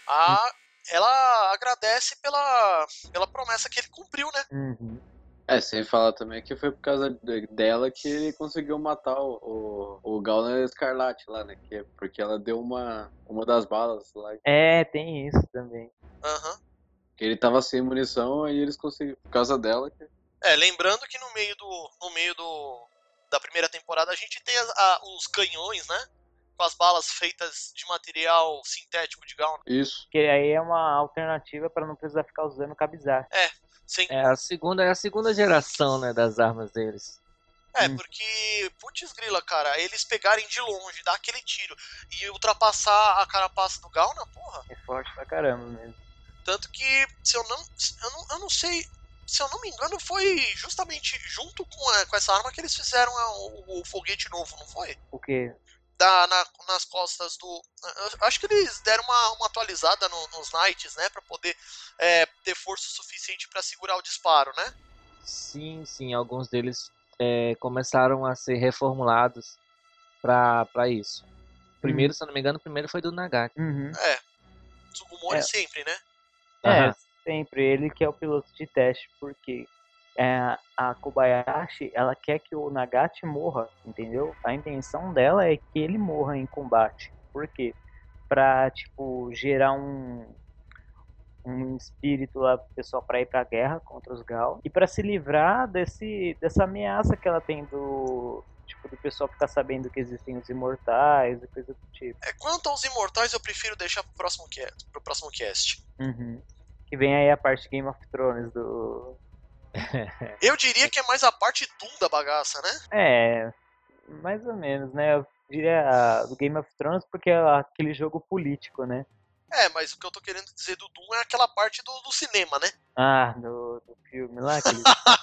a, ela agradece pela, pela promessa que ele cumpriu, né? Uhum. É, sem falar também que foi por causa de- dela que ele conseguiu matar o, o, o Gauna Escarlate lá, né? Que é porque ela deu uma, uma das balas lá. É, tem isso também. Aham. Que ele tava sem munição, aí eles conseguiram. Por causa dela. Que... É, lembrando que no meio do. No meio do. Da primeira temporada a gente tem as- a- os canhões, né? Com as balas feitas de material sintético de Gauna. Isso. Que aí é uma alternativa pra não precisar ficar usando cabizar. Sem, É a segunda, é a segunda geração, né, das armas deles. É, Hum. porque, putz grila, cara, eles pegarem de longe, dar aquele tiro e ultrapassar a carapaça do Gauna, porra. É forte pra caramba mesmo. Tanto que, se eu não, eu não, eu não sei, se eu não me engano, foi justamente junto com, a- com essa arma que eles fizeram a- o, o foguete novo, não foi? O quê? Da, na- nas costas do... eu acho que eles deram uma, uma atualizada no- nos Knights, né, pra poder é, ter força suficiente pra segurar o disparo, né? Sim, sim, alguns deles é, começaram a ser reformulados pra, pra isso. Primeiro, se eu não me engano, o primeiro foi do Nagati. Uhum. É, Tsugumori É. sempre, né? É, Aham. sempre ele que é o piloto de teste, porque é, a Kobayashi, ela quer que o Nagati morra, entendeu? A intenção dela é que ele morra em combate. Por quê? Pra, tipo, gerar um, um espírito lá pro pessoal pra ir pra guerra contra os Gal. E pra se livrar desse, dessa ameaça que ela tem do... Tipo, do pessoal ficar sabendo que existem os imortais e coisa do tipo. É, quanto aos imortais, eu prefiro deixar pro próximo, cast, pro próximo cast. Uhum. Que vem aí a parte Game of Thrones do... Eu diria que é mais a parte Doom da bagaça, né? É, mais ou menos, né? Eu diria a- do Game of Thrones porque é aquele jogo político, né? É, mas o que eu tô querendo dizer do Doom é aquela parte do, do cinema, né? Ah, do, do filme lá. Aquele...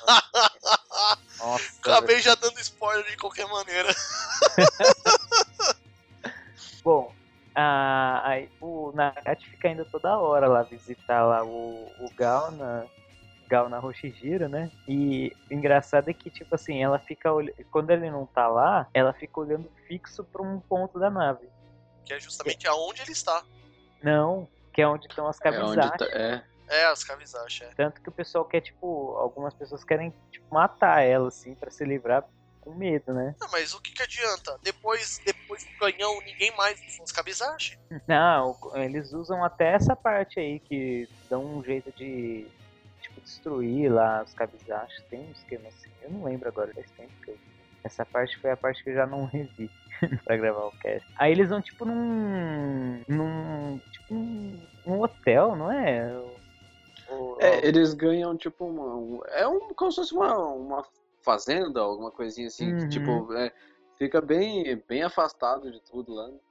Nossa. Acabei já dando spoiler de qualquer maneira. Bom, a, aí o Nagati fica indo toda hora lá visitar lá o, o Gauna, Gauna Hoshijiro, né? E o engraçado é que, tipo assim, ela fica olhando. Quando ele não tá lá, ela fica olhando fixo pra um ponto da nave. Que é justamente aonde ele está. Não, que é onde estão as É onde Kabizashi. tá, é. É, as Kabizashi, é. Tanto que o pessoal quer, tipo, algumas pessoas querem tipo, matar ela, assim, pra se livrar com medo, né? Não, mas o que que adianta? Depois, depois do canhão, ninguém mais usa os Kabizashi? Não, eles usam até essa parte aí, que dão um jeito de, tipo, destruir lá os Kabizashi. Tem um esquema assim, eu não lembro agora, faz tempo que eu... Essa parte foi a parte que eu já não revi pra gravar o cast. Aí eles vão, tipo, num... num... tipo, um, um hotel, não é? O, É, eles ganham tipo uma. um- É um, como se fosse uma, uma fazenda, alguma coisinha assim, Uhum. que tipo, é, fica bem, bem afastado de tudo lá, né?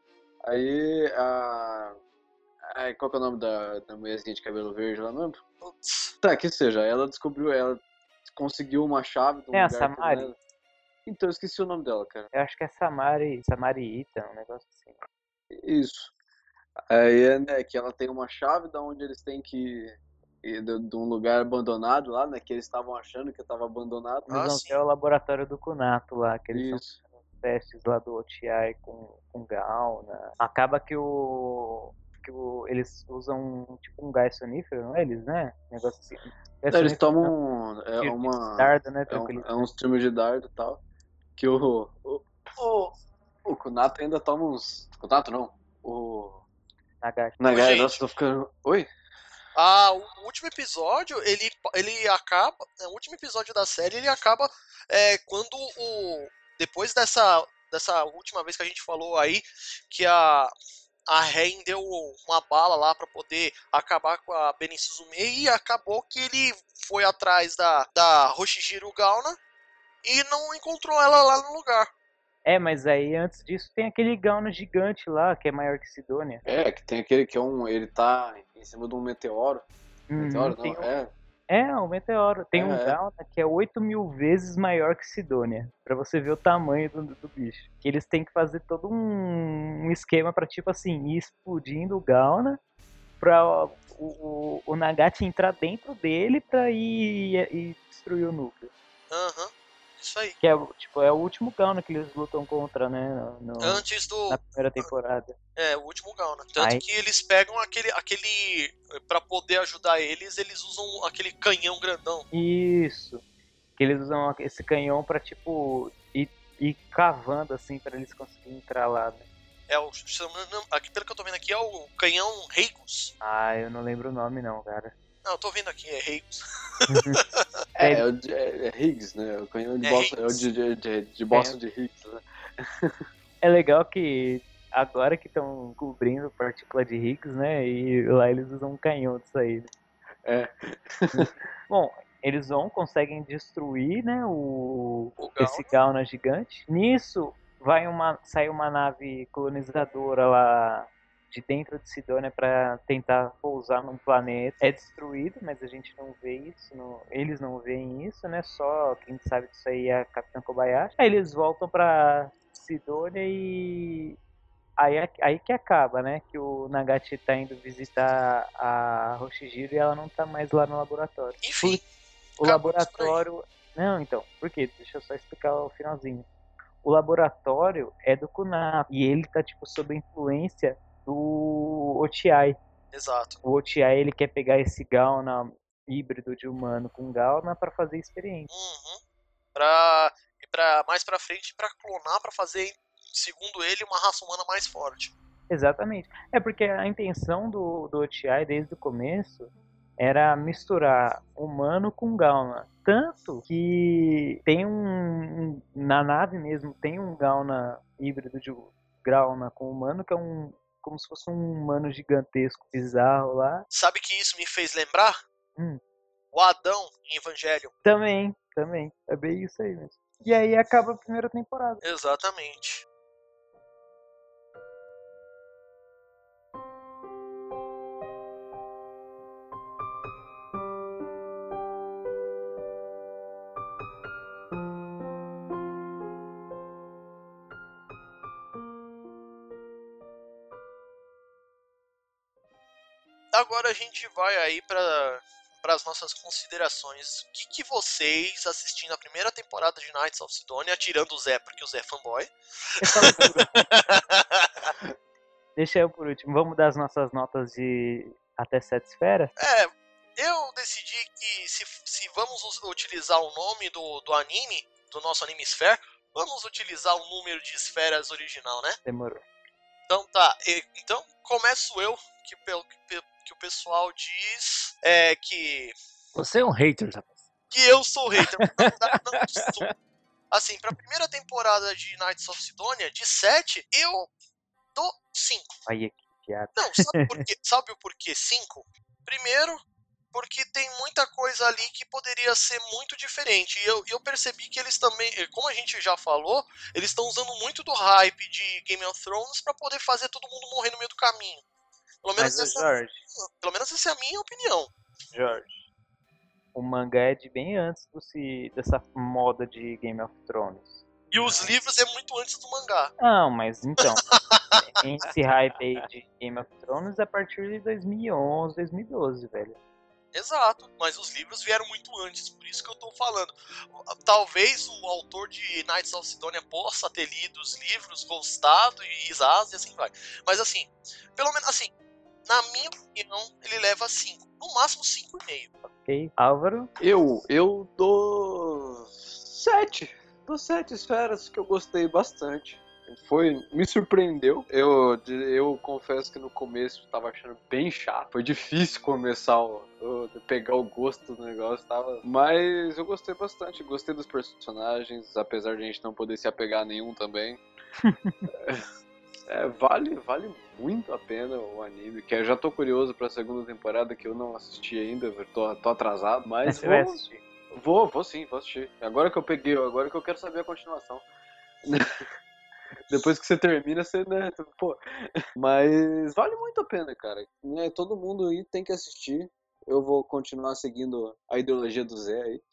Aí a. Ai, qual que é o nome da, da mulherzinha de cabelo verde lá, não lembro? Putz. Tá, que seja, ela descobriu, ela conseguiu uma chave de um É a lugar que não Samari? era. Então, eu esqueci o nome dela, cara. Eu acho que é Samari, Samari Ita, um negócio assim. Isso. Aí é, né, que ela tem uma chave da onde eles têm que ir de, de um lugar abandonado lá, né, que eles estavam achando que estava abandonado. Eles Ah, vão sim. ter o laboratório do Kunato lá, que eles Isso. estão fazendo os testes lá do O T I com, com Gauna. Acaba que o. que o, eles usam tipo um gás sonífero, não é eles, né? Negócio assim. Gás Não, eles sonífero, não, tomam é tiro de uma dardo, né? é, um, Tranquilizante. é uns filmes de dardo e tal, que o o, o, o Kunato ainda toma uns. Kunato não. O Nagashi. Nagai, gente. nossa, tô ficando. Oi? Ah, o último episódio, ele, ele acaba. O último episódio da série, ele acaba é, quando o. Depois dessa, dessa última vez que a gente falou aí, que a. A Ren deu uma bala lá pra poder acabar com a Benin Suzume e acabou que ele foi atrás da, da Hoshijiro Gaona e não encontrou ela lá no lugar. É, mas aí antes disso tem aquele Gauna gigante lá, que é maior que Sidônia. É, que tem aquele que é um. Ele tá em cima de um meteoro. Uhum, Meteoro tem não, um- é. É, o meteoro. Tem É, um é. Gauna que é oito mil vezes maior que Sidônia. Pra você ver o tamanho do, do bicho. Que eles têm que fazer todo um, um esquema pra, tipo assim, ir explodindo o Gauna pra o, o, o Nagati entrar dentro dele pra ir, ir destruir o núcleo. Aham, isso aí. Que é, o- tipo, é o último Gauna que eles lutam contra, né? No, no- Antes do. na primeira temporada. É, o último Gauna. Tanto Aí- que eles pegam aquele. aquele pra poder ajudar eles, eles usam aquele canhão grandão. Isso. Que eles usam esse canhão pra, tipo, ir, ir cavando, assim, pra eles conseguirem entrar lá, né? É o. se eu não me engano, aqui, pelo que eu tô vendo aqui, é o canhão Reikus. Ah, eu não lembro o nome não, cara. Não, eu tô vendo aqui, é Reikus. É, é, o de- é, é Higgs, né? O canhão de É Boston, é o Higgs. de, de, de, de Boston de Higgs, né? É legal que agora que estão cobrindo partícula de Higgs, né? E lá eles usam um canhão disso aí. Né? É. Bom, eles vão, conseguem destruir, né? O, O Gauna. esse Gauna gigante. Nisso, vai uma, sai uma nave colonizadora lá de dentro de Sidônia para tentar pousar num planeta. É destruído, mas a gente não vê isso, não- eles não veem isso, né? Só quem sabe disso aí é a Capitã Kobayashi. Aí eles voltam para Sidônia e aí, aí que acaba, né? Que o Nagati tá indo visitar a Hoshijiro e ela não tá mais lá no laboratório. Enfim, O acabou isso por aí. laboratório. Não, então, por quê? Deixa eu só explicar o finalzinho. O laboratório é do Kunato e ele tá, tipo, sob a influência do O T I. Exato. O O T I, ele quer pegar esse Gauna híbrido de humano com Gauna pra fazer experiência. Uhum. Pra, e pra, mais pra frente, pra clonar, pra fazer, segundo ele, uma raça humana mais forte. Exatamente. É porque a intenção do, do O T I desde o começo era misturar humano com Gauna. Tanto que tem um. um- Na nave mesmo, tem um Gauna híbrido de Gauna com humano, que é um. Como se fosse um humano gigantesco, bizarro lá. Sabe que isso me fez lembrar? Hum. O Adão em Evangelho. Também, também. É bem isso aí mesmo. E aí acaba a primeira temporada. Exatamente. Agora a gente vai aí para para as nossas considerações. O que, que vocês, assistindo a primeira temporada de Knights of Sidonia, tirando o Zé, porque o Zé é fanboy, É só loucura. Deixa eu por último. Vamos dar as nossas notas de até sete esferas? É, eu decidi que se, se vamos us- utilizar o nome do, do anime, do nosso anime Sphere, vamos utilizar o número de esferas original, né? Demorou. Então tá, e- então começo eu, que, pelo, que, pe- que o pessoal diz é que, Você é um hater, rapaz. que eu sou hater. Na verdade, não sou. Assim, pra primeira temporada de Knights of Sidonia, de sete, eu dou cinco. Aí que piada. Não, sabe por quê? Sabe o porquê cinco? Primeiro, porque tem muita coisa ali que poderia ser muito diferente. E eu, eu percebi que eles também, como a gente já falou, eles estão usando muito do hype de Game of Thrones pra poder fazer todo mundo morrer no meio do caminho. Pelo menos, Mas, ô, essa, Jorge, pelo menos essa é a minha opinião. Jorge, o mangá é de bem antes do se, dessa moda de Game of Thrones. E os livros é muito antes do mangá. Não, mas então, esse hype aí de Game of Thrones é a partir de dois mil e onze, dois mil e doze, velho. Exato, mas os livros vieram muito antes, por isso que eu tô falando. Talvez o autor de Knights of Sidonia possa ter lido os livros, gostado e isado e assim vai. Mas assim, pelo menos assim, na minha opinião, ele leva cinco, no máximo cinco e meio. Ok? Álvaro? Eu, eu dou sete. Dou sete esferas que eu gostei bastante. Foi, me surpreendeu. Eu, eu confesso que no começo tava achando bem chato. Foi difícil começar o, o- pegar o gosto do negócio, tava. Mas eu gostei bastante. Gostei dos personagens, apesar de a gente não poder se apegar a nenhum também. É, vale, vale muito a pena o anime. Que eu já tô curioso pra segunda temporada, que eu não assisti ainda. Eu tô, tô atrasado, mas Você vai vou, assistir. vou, vou sim, vou assistir. Agora que eu peguei, agora que eu quero saber a continuação. Depois que você termina, você, né, pô. Mas vale muito a pena, cara. Né, todo mundo aí tem que assistir. Eu vou continuar seguindo a ideologia do Zé aí.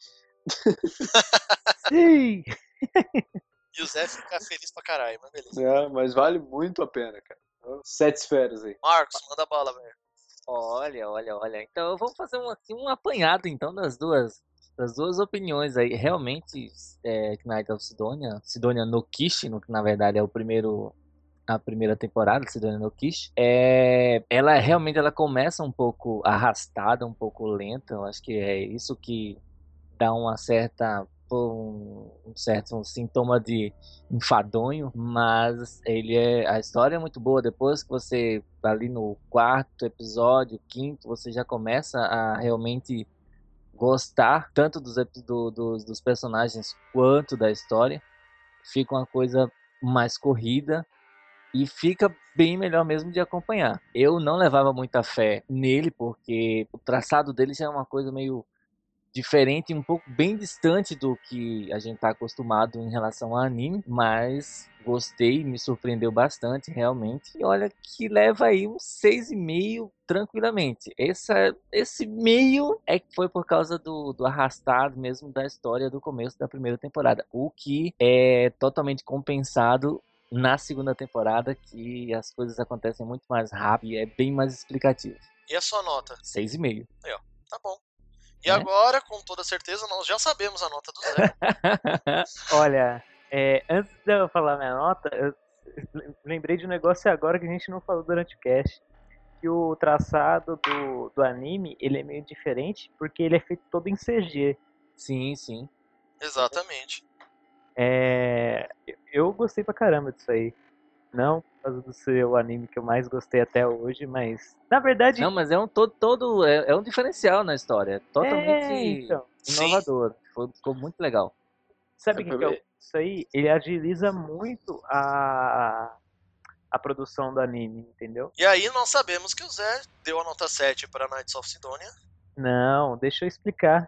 Sim! E o Zé fica feliz pra caralho, mas beleza. É, mas vale muito a pena, cara. Sete esferas aí. Marcos, manda bala, velho. Olha, olha, olha. Então vamos fazer um, aqui, um apanhado então das duas, das duas opiniões aí. Realmente, é, Knight of Sidonia, Sidonia no Kishi, no, que na verdade é o primeiro, a primeira temporada, Sidonia no Kishi, é, ela realmente ela começa um pouco arrastada, um pouco lenta. Eu acho que é isso que dá uma certa um, um certo sintoma de enfadonho, mas ele é a história é muito boa. Depois que você ali no quarto episódio, quinto, você já começa a realmente gostar tanto dos, epi- do- dos, dos personagens quanto da história. Fica uma coisa mais corrida e fica bem melhor mesmo de acompanhar. Eu não levava muita fé nele porque o traçado dele já é uma coisa meio diferente, um pouco bem distante do que a gente está acostumado em relação ao anime, mas gostei, me surpreendeu bastante realmente. E olha que leva aí um seis e meio tranquilamente. Essa, esse meio é que foi por causa do, do arrastado mesmo da história do começo da primeira temporada, o que é totalmente compensado na segunda temporada, que as coisas acontecem muito mais rápido e é bem mais explicativo. E a sua nota? seis e meio. Aí, ó, tá bom. E É? agora, com toda certeza, nós já sabemos a nota do Zé. Olha, é, antes de eu falar minha nota, eu lembrei de um negócio agora que a gente não falou durante o cast. Que o traçado do, do anime, ele é meio diferente, porque ele é feito todo em C G. Sim, sim. Exatamente. É, eu gostei pra caramba disso aí. Não por causa do ser o anime que eu mais gostei até hoje, mas na verdade Não, mas é um todo, todo é, é um diferencial na história, é totalmente é, então, inovador. Foi, ficou muito legal. sabe o que, que é isso aí? Ele agiliza muito a a produção do anime, entendeu? E aí nós sabemos que o Zé deu a nota sete para Knights of Sidonia. Não, deixa eu explicar.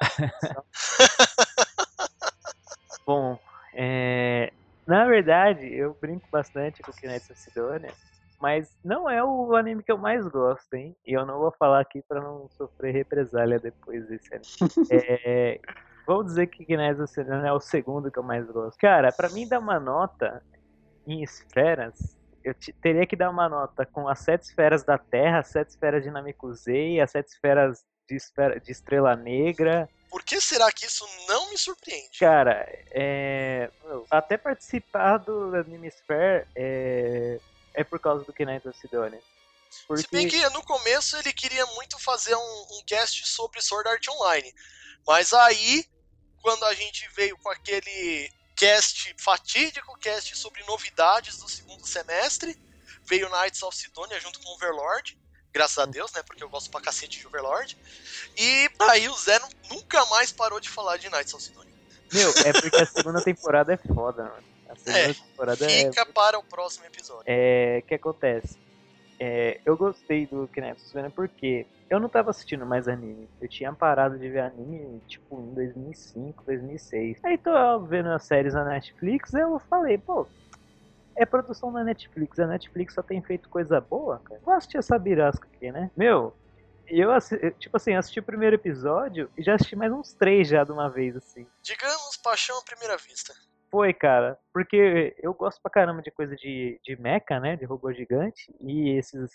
Bom, é, na verdade, eu brinco bastante com o Knights of Sidonia, mas não é o anime que eu mais gosto, hein? E eu não vou falar aqui pra não sofrer represália depois desse anime. É, vou dizer que Knights of Sidonia é o segundo que eu mais gosto. Cara, pra mim dar uma nota em esferas, eu te- teria que dar uma nota com as sete esferas da Terra, as sete esferas de Namekusei, as sete esferas de, esfera, de Estrela Negra. Por que será que isso não me surpreende? Cara, é, meu, até participar do Anime Sphere é, é por causa do Knights of Sidonia. Porque... Se bem que no começo ele queria muito fazer um, um cast sobre Sword Art Online. Mas aí, quando a gente veio com aquele cast, fatídico cast sobre novidades do segundo semestre, veio Knights of Sidonia junto com Overlord. Graças a Deus, né? Porque eu gosto pra cacete de Overlord. E aí o Zé nunca mais parou de falar de Knights of Sidonia. Meu, é porque a segunda temporada é foda, mano. A segunda É, temporada fica é... para o próximo episódio. É, o que acontece? É, eu gostei do Knights of Sidonia porque eu não tava assistindo mais anime. Eu tinha parado de ver anime, tipo, em dois mil e cinco, dois mil e seis. Aí tô vendo as séries na Netflix, eu falei, pô, é produção da Netflix. A Netflix só tem feito coisa boa, cara. Vou assistir essa birasca aqui, né? Meu, eu, tipo assim, assisti o primeiro episódio e já assisti mais uns três já de uma vez, assim. Digamos, paixão à primeira vista. Foi, cara, porque eu gosto pra caramba de coisa de, de mecha, né, de robô gigante, e esses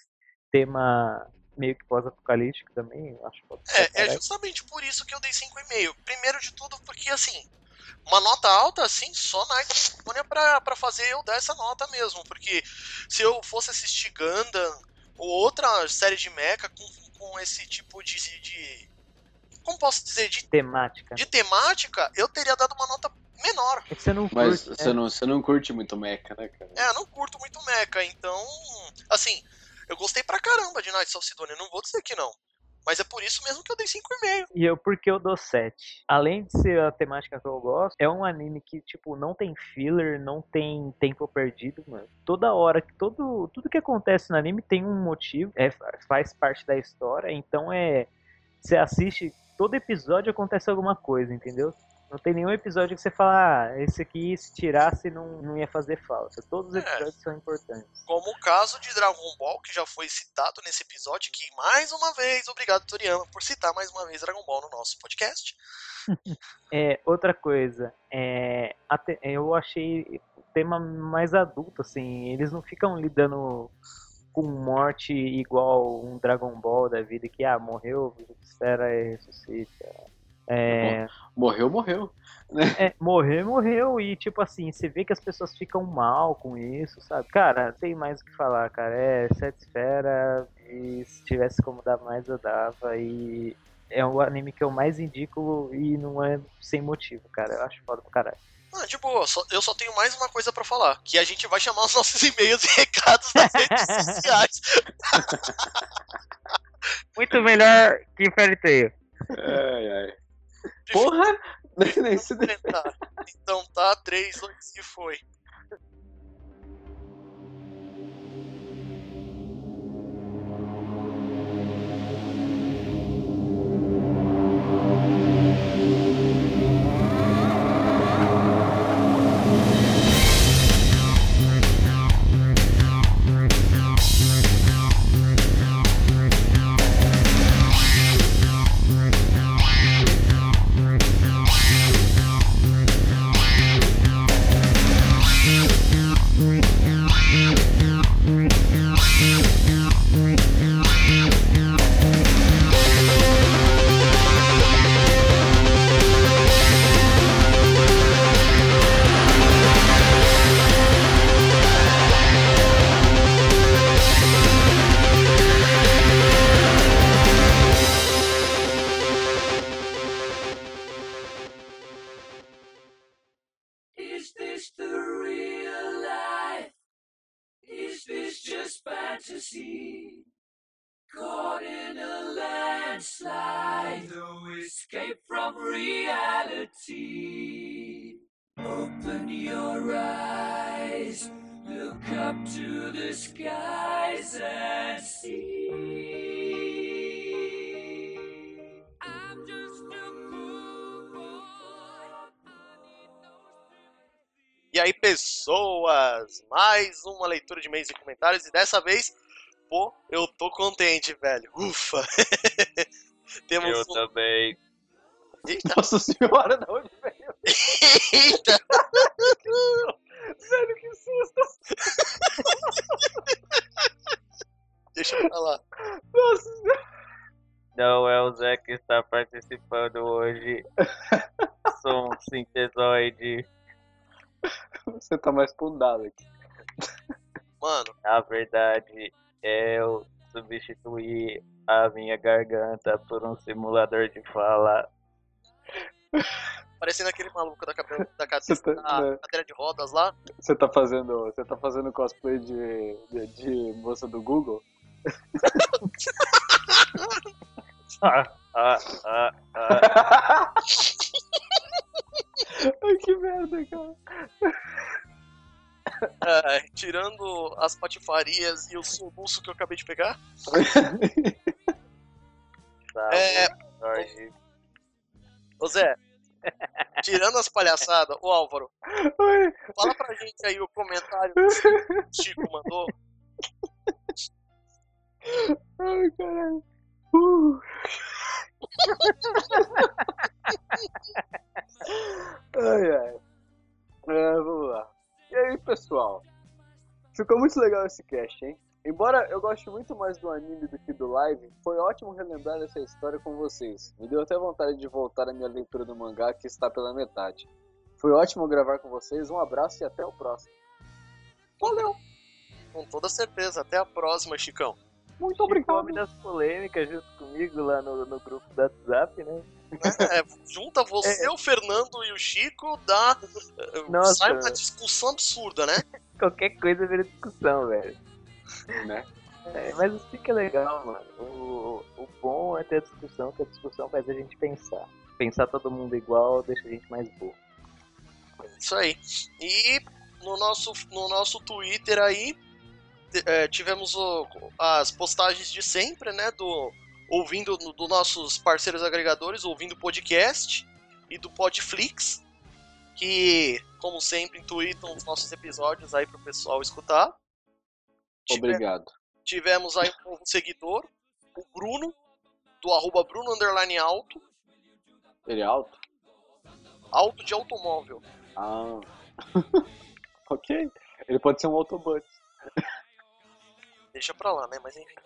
tema meio que pós-apocalíptico também, eu acho foda. É, é justamente por isso que eu dei cinco e meio. Primeiro de tudo porque, assim, uma nota alta, assim, só Knights of Sidonia pra, pra fazer eu dar essa nota mesmo, porque se eu fosse assistir Gundam ou outra série de mecha com, com esse tipo de, de... como posso dizer? De temática. De temática, eu teria dado uma nota menor. É que você não Mas curte, você, né? não, você não curte muito mecha, né, cara? É, eu não curto muito mecha, então, assim, eu gostei pra caramba de Knights of Sidonia, não vou dizer que não. Mas é por isso mesmo que eu dei cinco e meio. E eu, porque eu dou sete. Além de ser a temática que eu gosto, é um anime que, tipo, não tem filler, não tem tempo perdido, mano. Toda hora, todo, tudo que acontece no anime tem um motivo, é, faz parte da história, então é... Você assiste, todo episódio acontece alguma coisa, entendeu? Não tem nenhum episódio que você fala, ah, esse aqui se tirasse não, não ia fazer falta. Todos os episódios é. são importantes. Como o caso de Dragon Ball, que já foi citado nesse episódio, que mais uma vez, obrigado Toriyama por citar mais uma vez Dragon Ball no nosso podcast. É, outra coisa, é, até, eu achei o tema mais adulto, assim, eles não ficam lidando com morte igual um Dragon Ball da vida, que ah, morreu, espera e ressuscita. É... Morreu, morreu. É, morreu, morreu. E tipo assim, você vê que as pessoas ficam mal com isso, sabe? Cara, tem mais o que falar, cara. É sete esfera. E se tivesse como dar mais, eu dava. E é o anime que eu mais indico. E não é sem motivo, cara. Eu acho foda pra caralho. Ah, de boa, só, eu só tenho mais uma coisa pra falar. Que a gente vai chamar os nossos e-mails e recados nas redes sociais. Muito melhor que Fairy Tail. Ai, ai. Porra! Nem se Então tá, três, dois e foi. Caught in a landslide, no escape from reality. Open your eyes, look up to the skies and see. I'm just a poor boy. E aí, pessoas, mais uma leitura de e-mails e comentários, e dessa vez, pô, eu tô contente, velho. Ufa! Temos eu um... também. Eita! Nossa senhora, da onde veio? Eita! Velho, que susto! Deixa eu falar. Nossa senhora! Não é o Zé que está participando hoje. Sou um sintesoide. Você tá mais fundado aqui. Mano, Na verdade, eu substituí a minha garganta por um simulador de fala. parecendo aquele maluco da, cabe- da, Você cadeira, tá, da né, cadeira de rodas lá. você tá fazendo, você tá fazendo cosplay de, de, de moça do Google? Ah, ah, ah, ah. Ai, que merda, cara. É, tirando as patifarias e o soluço que eu acabei de pegar. Tá, É, Jorge. ô Zé, tirando as palhaçadas, ô Álvaro, Ai, fala pra gente aí o comentário que o Chico mandou. ai, caralho. Uh. Ai, ai. É, vamos lá. E aí, pessoal? Ficou muito legal esse cast, hein? Embora eu goste muito mais do anime do que do live, foi ótimo relembrar essa história com vocês. Me deu até vontade de voltar à minha leitura do mangá, que está pela metade. Foi ótimo gravar com vocês, um abraço e até o próximo. Valeu! Com toda certeza. Até a próxima, Chicão. Muito Chico, obrigado! homem das polêmicas junto comigo lá no, no grupo do WhatsApp, né? É, junta você, o Fernando e o Chico, dá. Nossa. Sai uma discussão absurda, né? Qualquer coisa vira discussão, velho. Né? É, mas isso que é legal, mano. O, o bom é ter a discussão, que a discussão faz a gente pensar. Pensar todo mundo igual deixa a gente mais burro. Isso aí. E no nosso, no nosso Twitter aí, t- é, tivemos o- as postagens de sempre, né? Do ouvindo dos do nossos parceiros agregadores, ouvindo o podcast e do Podflix, que, como sempre, intuitam os nossos episódios aí pro pessoal escutar. Tive- Obrigado. Tivemos aí um novo seguidor, o Bruno, do arroba Bruno underline alto, Ele é alto? alto de automóvel. Ah. Ok. Ele pode ser um Autobot. Deixa pra lá, né? Mas enfim.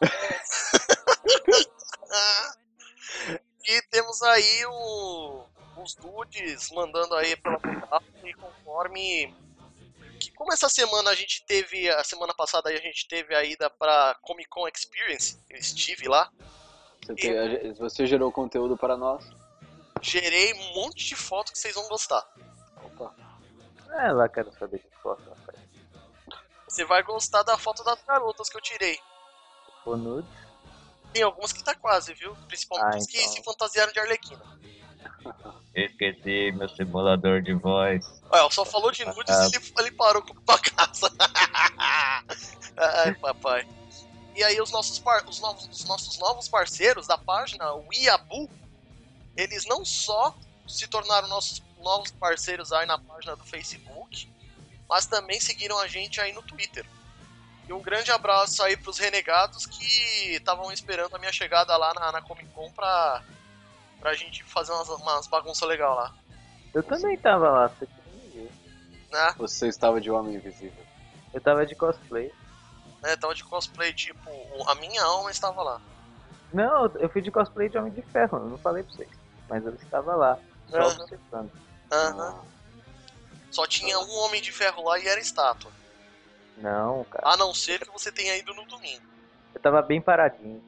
E temos aí o, os dudes mandando aí pela portal e conforme que como essa semana a gente teve, a semana passada aí a gente teve a ida pra Comic Con Experience, eu estive lá, Você, tem- você gerou conteúdo para nós? gerei um monte de foto que vocês vão gostar. Opa. É, lá quero saber de foto, rapaz. Você vai gostar da foto das garotas que eu tirei. Se for nude, Tem algumas que tá quase, viu? Principalmente Ah, as que então. se fantasiaram de Arlequina. esqueci meu simulador de voz. Olha, só falou de nudes Ah. e ele, ele parou com a casa. Ai, papai. E aí os nossos, par- os, novos, os nossos novos parceiros da página, o Iabu, eles não só se tornaram nossos novos parceiros aí na página do Facebook, mas também seguiram a gente aí no Twitter. E um grande abraço aí pros renegados que estavam esperando a minha chegada lá na, na Comic Con pra, pra gente fazer umas, umas bagunças legais lá. Eu também tava lá, você que não me viu. Né? Você estava de Homem Invisível. Eu tava de cosplay. né? Tava de cosplay, tipo, a minha alma estava lá. Não, eu fui de cosplay de Homem de Ferro, eu não falei pra vocês. Mas eu estava lá, só Aham. observando. Aham. Só tinha um Homem de Ferro lá e era estátua. Não, cara. A não ser que você tenha ido no domingo. Eu tava bem paradinho.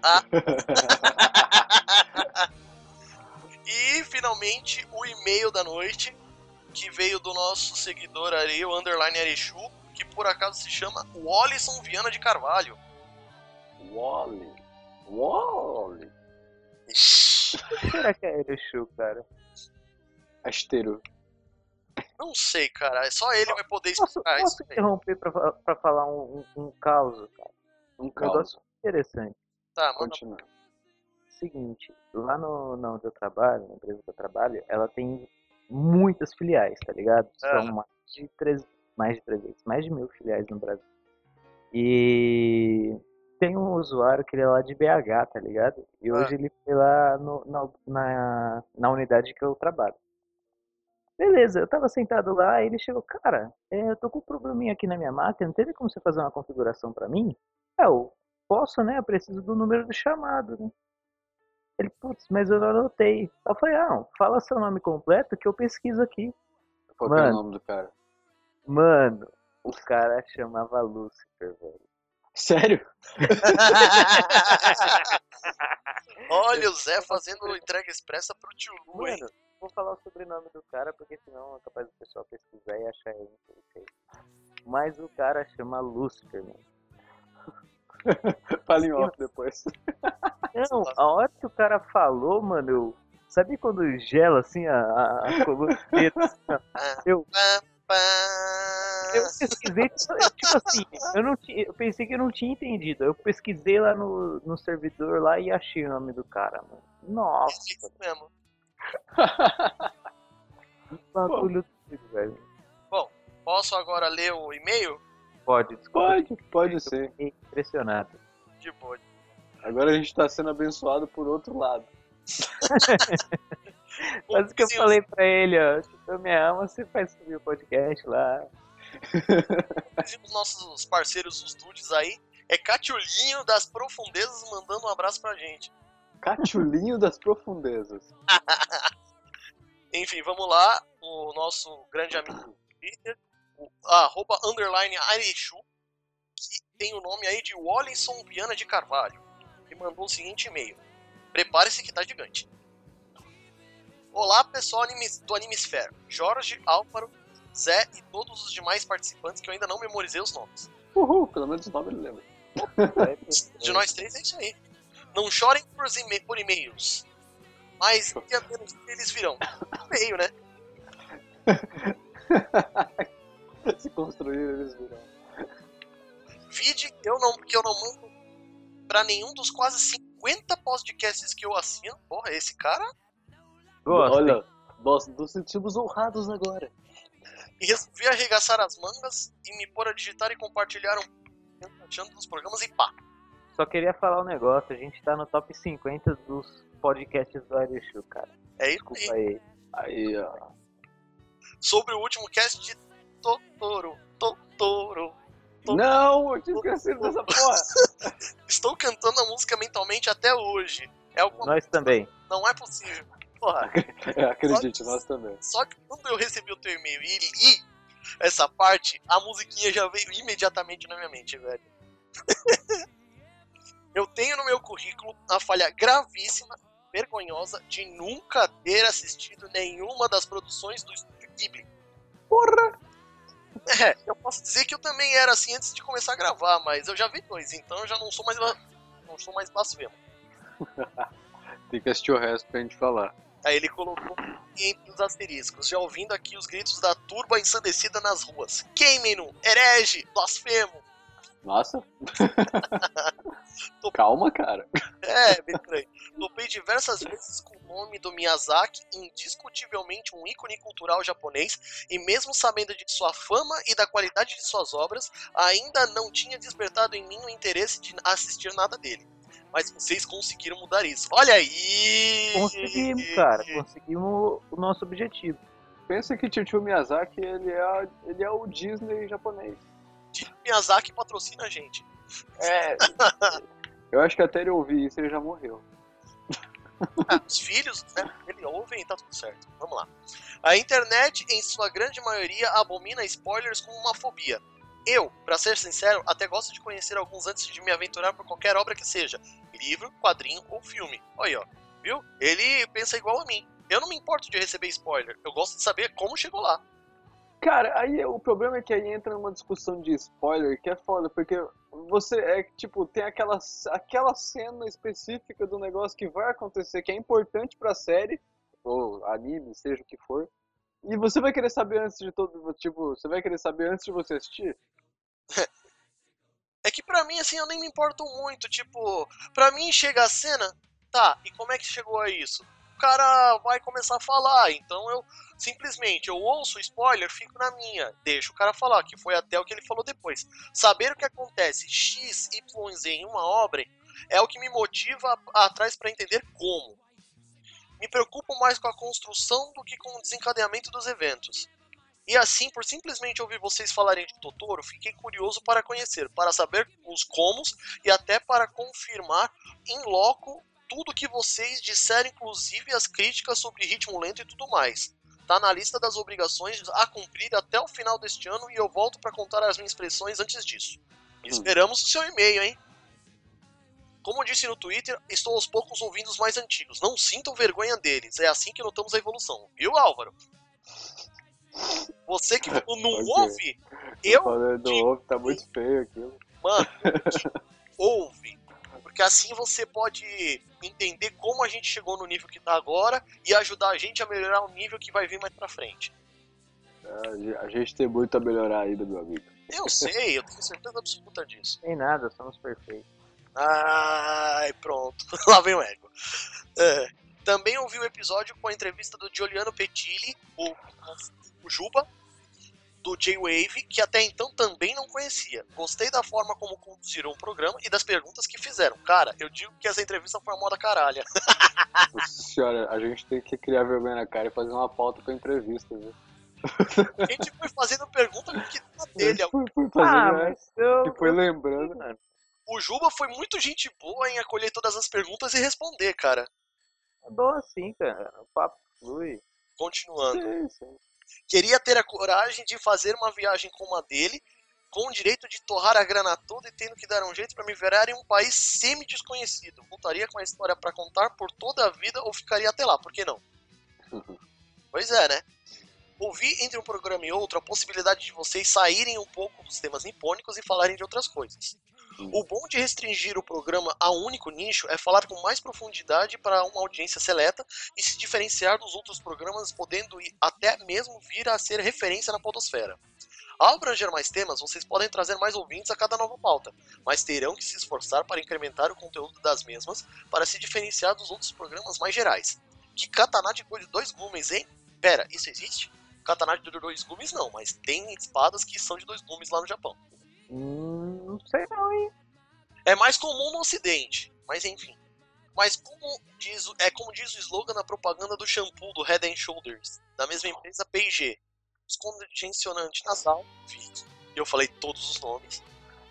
E finalmente o e-mail da noite, que veio do nosso seguidor aí, o Underline Arechu, que por acaso se chama Wallison Viana de Carvalho. Wally. Wally. Ixi, O que será que é Erechu, cara? Asteiro. não sei, cara. Só ele vai poder Posso, explicar posso isso. aí. interromper pra, fa- pra falar um, um, um caos, cara? Um Um caos. negócio interessante. Tá, manda. Continua. Seguinte, lá no, na onde eu trabalho, na empresa que eu trabalho, ela tem muitas filiais, tá ligado? São Ah. mais de, treze, mais de trezentos, mais de mil filiais no Brasil. E tem um usuário que ele é lá de B H, tá ligado? E Ah. hoje ele foi lá no- na, na, na unidade que eu trabalho. Beleza, eu tava sentado lá e ele chegou, cara, é, eu tô com um probleminha aqui na minha máquina, não teve como você fazer uma configuração pra mim? É, eu posso, né? Eu preciso do número do chamado, né? Ele, putz, mas eu não anotei. Eu falei, ah, fala seu nome completo que eu pesquiso aqui. Qual que é o Mano. nome do cara? Mano, O cara chamava Lucifer, velho. Sério? Olha o Zé fazendo entrega expressa pro tio Lu, hein? Mano, vou falar o sobrenome do cara, porque senão é capaz do pessoal pesquisar e achar ele, não sei. Mas o cara chama Lucifer, mano. Fala em off depois. Não, a hora que o cara falou, mano, eu... Sabe quando gela assim a, a, a coluna preta, assim, ó? Eu, Pá, pá. eu pesquisei, tipo assim, eu, não tinha, eu pensei que eu não tinha entendido. Eu pesquisei lá no, no servidor lá e achei o nome do cara, mano. Nossa, Isso mesmo. que bagulho doido, velho. Posso agora ler o e-mail? Pode, desculpa. Pode, pode ser. Fiquei impressionado. De boa. Agora a gente tá sendo abençoado por outro lado. Mas o que eu Sim, falei pra ele, ó, tipo, eu me amo, você faz subir o podcast lá. Os nossos parceiros, os dudes aí, é Catiulinho das Profundezas mandando um abraço pra gente. Catiulinho das profundezas. Enfim, vamos lá. O nosso grande amigo do Twitter, o arroba underline Arechu, que tem o nome aí de Wallinson Viana de Carvalho, que mandou o seguinte e-mail. Prepare-se que tá gigante. Olá, pessoal do Animesphere. Jorge, Álvaro, Zé e todos os demais participantes que eu ainda não memorizei os nomes. Uhul, pelo menos o nome ele lembra. De nós três é isso aí. Não chorem por, e por e-mails. Mas dia menos eles virão. E-mail, né? Se construir, eles viram. Vide eu não, que eu não mando pra nenhum dos quase cinquenta podcasts que eu assino. Porra, esse cara. Gosto, hein? Olha, nós nos sentimos honrados agora. E resolvi arregaçar as mangas e me pôr a digitar e compartilhar um achando dos programas e pá. Só queria falar um negócio, a gente tá no top cinquenta dos podcasts do Arechu, cara. É isso Desculpa aí. aí. Aí, ó. Sobre o último cast de Totoro. Totoro. Tô- Não, eu tinha esquecido dessa porra. Estou cantando a música mentalmente até hoje. É algo Nós também. não é possível. Porra. É, acredite, nós também. Só que quando eu recebi o teu e-mail e li essa parte, a musiquinha já veio imediatamente na minha mente, velho. Eu tenho no meu currículo a falha gravíssima, vergonhosa, de nunca ter assistido nenhuma das produções do Estúdio Ghibli. Porra! É, eu posso dizer que eu também era assim antes de começar a gravar, mas eu já vi dois, então eu já não sou mais, não sou mais blasfemo. Tem que assistir o resto pra gente falar. Aí ele colocou entre os asteriscos, já ouvindo aqui os gritos da turba ensandecida nas ruas. Queimem-no, herege, blasfemo. Nossa. Calma, cara. É, bem por aí. Topei diversas vezes com o nome do Miyazaki, indiscutivelmente um ícone cultural japonês, e mesmo sabendo de sua fama e da qualidade de suas obras, ainda não tinha despertado em mim o interesse de assistir nada dele. Mas vocês conseguiram mudar isso. Olha aí! Conseguimos, cara. Conseguimos o nosso objetivo. Pensa que Tio Miyazaki, ele é, ele é o Disney japonês. Miyazaki patrocina a gente. É. Eu acho que até ele ouvir isso, ele já morreu. Ah, os filhos, né, ele ouvem e tá tudo certo. Vamos lá. A internet, em sua grande maioria, abomina spoilers com uma fobia. Eu, pra ser sincero, até gosto de conhecer alguns antes de me aventurar por qualquer obra que seja. Livro, quadrinho ou filme. Olha, ó. Viu? Ele pensa igual a mim. Eu não me importo de receber spoiler. Eu gosto de saber como chegou lá. Cara, aí o problema é que aí entra numa discussão de spoiler que é foda, porque você é tipo, tem aquela, aquela cena específica do negócio que vai acontecer, que é importante pra série, ou anime, seja o que for, e você vai querer saber antes de todo, tipo, você vai querer saber antes de você assistir? É que pra mim, assim, eu nem me importo muito. Tipo, pra mim chega a cena, tá, e como é que chegou a isso? O cara vai começar a falar, então eu simplesmente eu ouço o spoiler, fico na minha, deixo o cara falar, que foi até o que ele falou depois. Saber o que acontece X, Y, Z em uma obra é o que me motiva atrás pra entender como. Me preocupo mais com a construção do que com o desencadeamento dos eventos. E assim, por simplesmente ouvir vocês falarem de Totoro, fiquei curioso para conhecer, para saber os comos e até para confirmar em loco tudo que vocês disseram, inclusive as críticas sobre ritmo lento e tudo mais. Tá na lista das obrigações a cumprir até o final deste ano e eu volto pra contar as minhas impressões antes disso. Esperamos o seu e-mail, hein? Como disse no Twitter, estou aos poucos ouvindo os mais antigos. Não sintam vergonha deles. É assim que notamos a evolução. Viu, Álvaro? Você que não Ok. ouve, eu Falando do digo, ovo, tá muito feio aquilo. mano, ouve. Porque assim você pode entender como a gente chegou no nível que tá agora e ajudar a gente a melhorar o nível que vai vir mais pra frente. A gente tem muito a melhorar ainda, meu amigo. Eu sei, eu tenho certeza absoluta disso. Sem nada, somos perfeitos. Ai, pronto. Lá vem o ego. É. Também ouvi o episódio com a entrevista do Giuliano Petilli, o, o Juba, do J-Wave, que até então também não conhecia. Gostei da forma como conduziram o programa e das perguntas que fizeram. Cara, eu digo que essa entrevista foi uma moda caralha. Senhora, a gente tem que criar vergonha na cara e fazer uma pauta pra entrevista, viu? A gente foi fazendo pergunta que na dele. Foi, foi fazendo, Ah, né? mas eu... E foi lembrando. Mano, O Juba foi muito gente boa em acolher todas as perguntas e responder, cara. é bom assim, cara. O papo flui. Continuando. Sim, sim. Queria ter a coragem de fazer uma viagem como a dele, com o direito de torrar a grana toda e tendo que dar um jeito pra me virar em um país semi-desconhecido. Voltaria com a história pra contar por toda a vida ou ficaria até lá, por que não? Pois é, né? Ouvi entre um programa e outro a possibilidade de vocês saírem um pouco dos temas nipônicos e falarem de outras coisas. O bom de restringir o programa a um único nicho é falar com mais profundidade para uma audiência seleta e se diferenciar dos outros programas, podendo ir até mesmo vir a ser referência na podosfera. Ao abranger mais temas, vocês podem trazer mais ouvintes a cada nova pauta, mas terão que se esforçar para incrementar o conteúdo das mesmas para se diferenciar dos outros programas mais gerais. Que katana de dois gumes, hein? Pera, isso existe? Katana de dois gumes não, mas tem espadas que são de dois gumes lá no Japão. Hum, não sei não, hein? É mais comum no ocidente, mas enfim. Mas como diz, o- é como diz o slogan na propaganda do shampoo do Head and Shoulders, da mesma empresa P e G. Descongestionante nasal, fiz. E eu falei todos os nomes.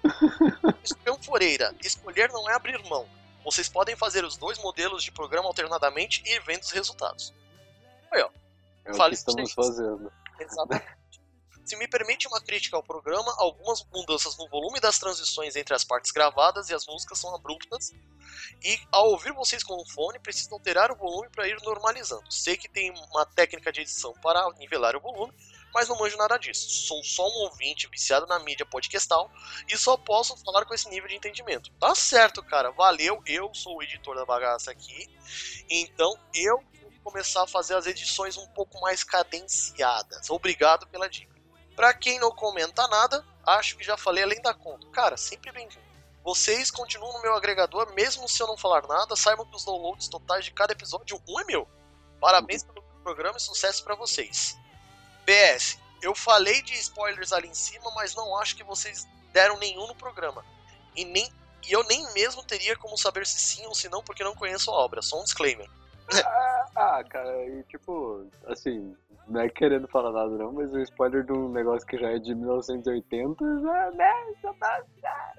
Escanforeira, escolher não é abrir mão. Vocês podem fazer os dois modelos de programa alternadamente e ir vendo os resultados. É o Fale que estamos vocês. fazendo. Exatamente. Se me permite uma crítica ao programa, algumas mudanças no volume das transições entre as partes gravadas e as músicas são abruptas. E ao ouvir vocês com o fone, preciso alterar o volume para ir normalizando. Sei que tem uma técnica de edição para nivelar o volume, mas não manjo nada disso. Sou só um ouvinte viciado na mídia podcastal e só posso falar com esse nível de entendimento. Tá certo, cara. Valeu. Eu sou o editor da bagaça aqui. Então eu vou começar a fazer as edições um pouco mais cadenciadas. Obrigado pela dica. Pra quem não comenta nada, acho que já falei além da conta. Cara, sempre bem-vindo. Vocês continuam no meu agregador, mesmo se eu não falar nada, saibam que os downloads totais de cada episódio, um é meu. Parabéns pelo programa e sucesso pra vocês. P S, eu falei de spoilers ali em cima, mas não acho que vocês deram nenhum no programa. E, nem, e eu nem mesmo teria como saber se sim ou se não, porque não conheço a obra. Só um disclaimer. Ah, cara, e tipo, assim, não é querendo falar nada não, mas o spoiler de um negócio que já é de mil novecentos e oitenta, já, né, já tá... Já,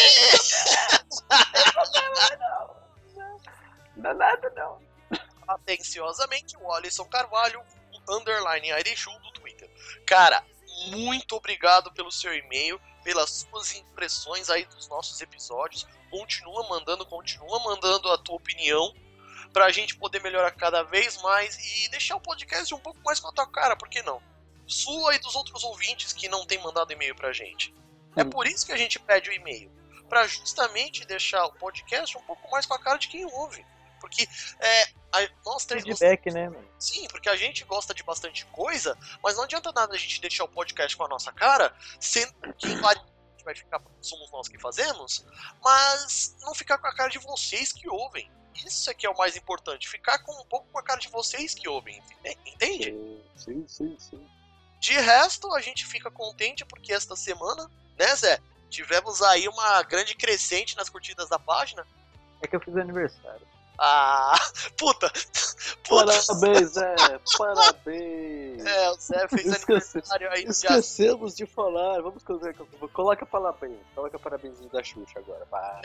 não, não, não dá nada não. Atenciosamente, o Alisson Carvalho, o underline Aireju do Twitter. Cara, muito obrigado pelo seu e-mail, pelas suas impressões aí dos nossos episódios. Continua mandando, continua mandando a tua opinião pra gente poder melhorar cada vez mais e deixar o podcast um pouco mais com a tua cara, por que não? Sua e dos outros ouvintes que não tem mandado e-mail pra gente. É por isso que a gente pede o e-mail, pra justamente deixar o podcast um pouco mais com a cara de quem ouve. Porque é, a, nós três Feedback, né, mano? Sim, porque a gente gosta de bastante coisa, mas não adianta nada a gente deixar o podcast com a nossa cara, sendo que em vários a gente vai ficar porque somos nós que fazemos, mas não ficar com a cara de vocês que ouvem. Isso é que é o mais importante, ficar com um pouco com a cara de vocês que ouvem, entende? Sim, sim, sim. De resto, a gente fica contente porque esta semana, né, Zé, tivemos aí uma grande crescente nas curtidas da página. É que eu fiz aniversário. Ah, puta! puta. Parabéns, Zé! Parabéns! É, o Zé fez Esquece- aniversário aí no dia Esquecemos de falar, vamos colocar, coloca parabéns, coloca parabéns da Xuxa agora. Pá.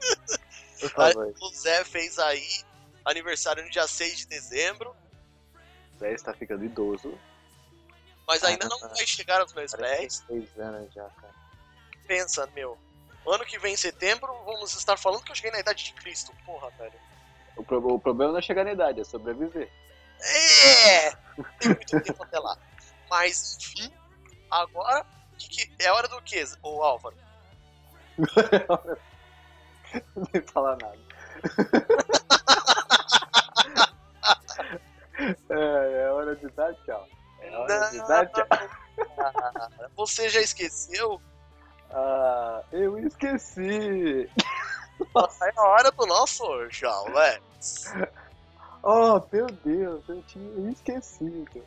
Por favor. O Zé fez aí aniversário no dia seis de dezembro. dez tá ficando idoso. Mas ainda não Ah, vai chegar aos meus Parece pés. que seis anos já, cara. Pensa, meu. Ano que vem, em setembro, vamos estar falando que eu cheguei na idade de Cristo. Porra, velho. O, pro- o problema não é chegar na idade, é sobreviver. É! Tem muito tempo até lá. Mas, enfim, agora, que que- é hora do quê, ô Álvaro? Nem falar nada. é, é hora de dar tchau. É hora de dar tchau. Não, você já esqueceu? Ah, eu esqueci. É a hora do nosso Jaué. Oh, meu Deus, eu tinha esquecido.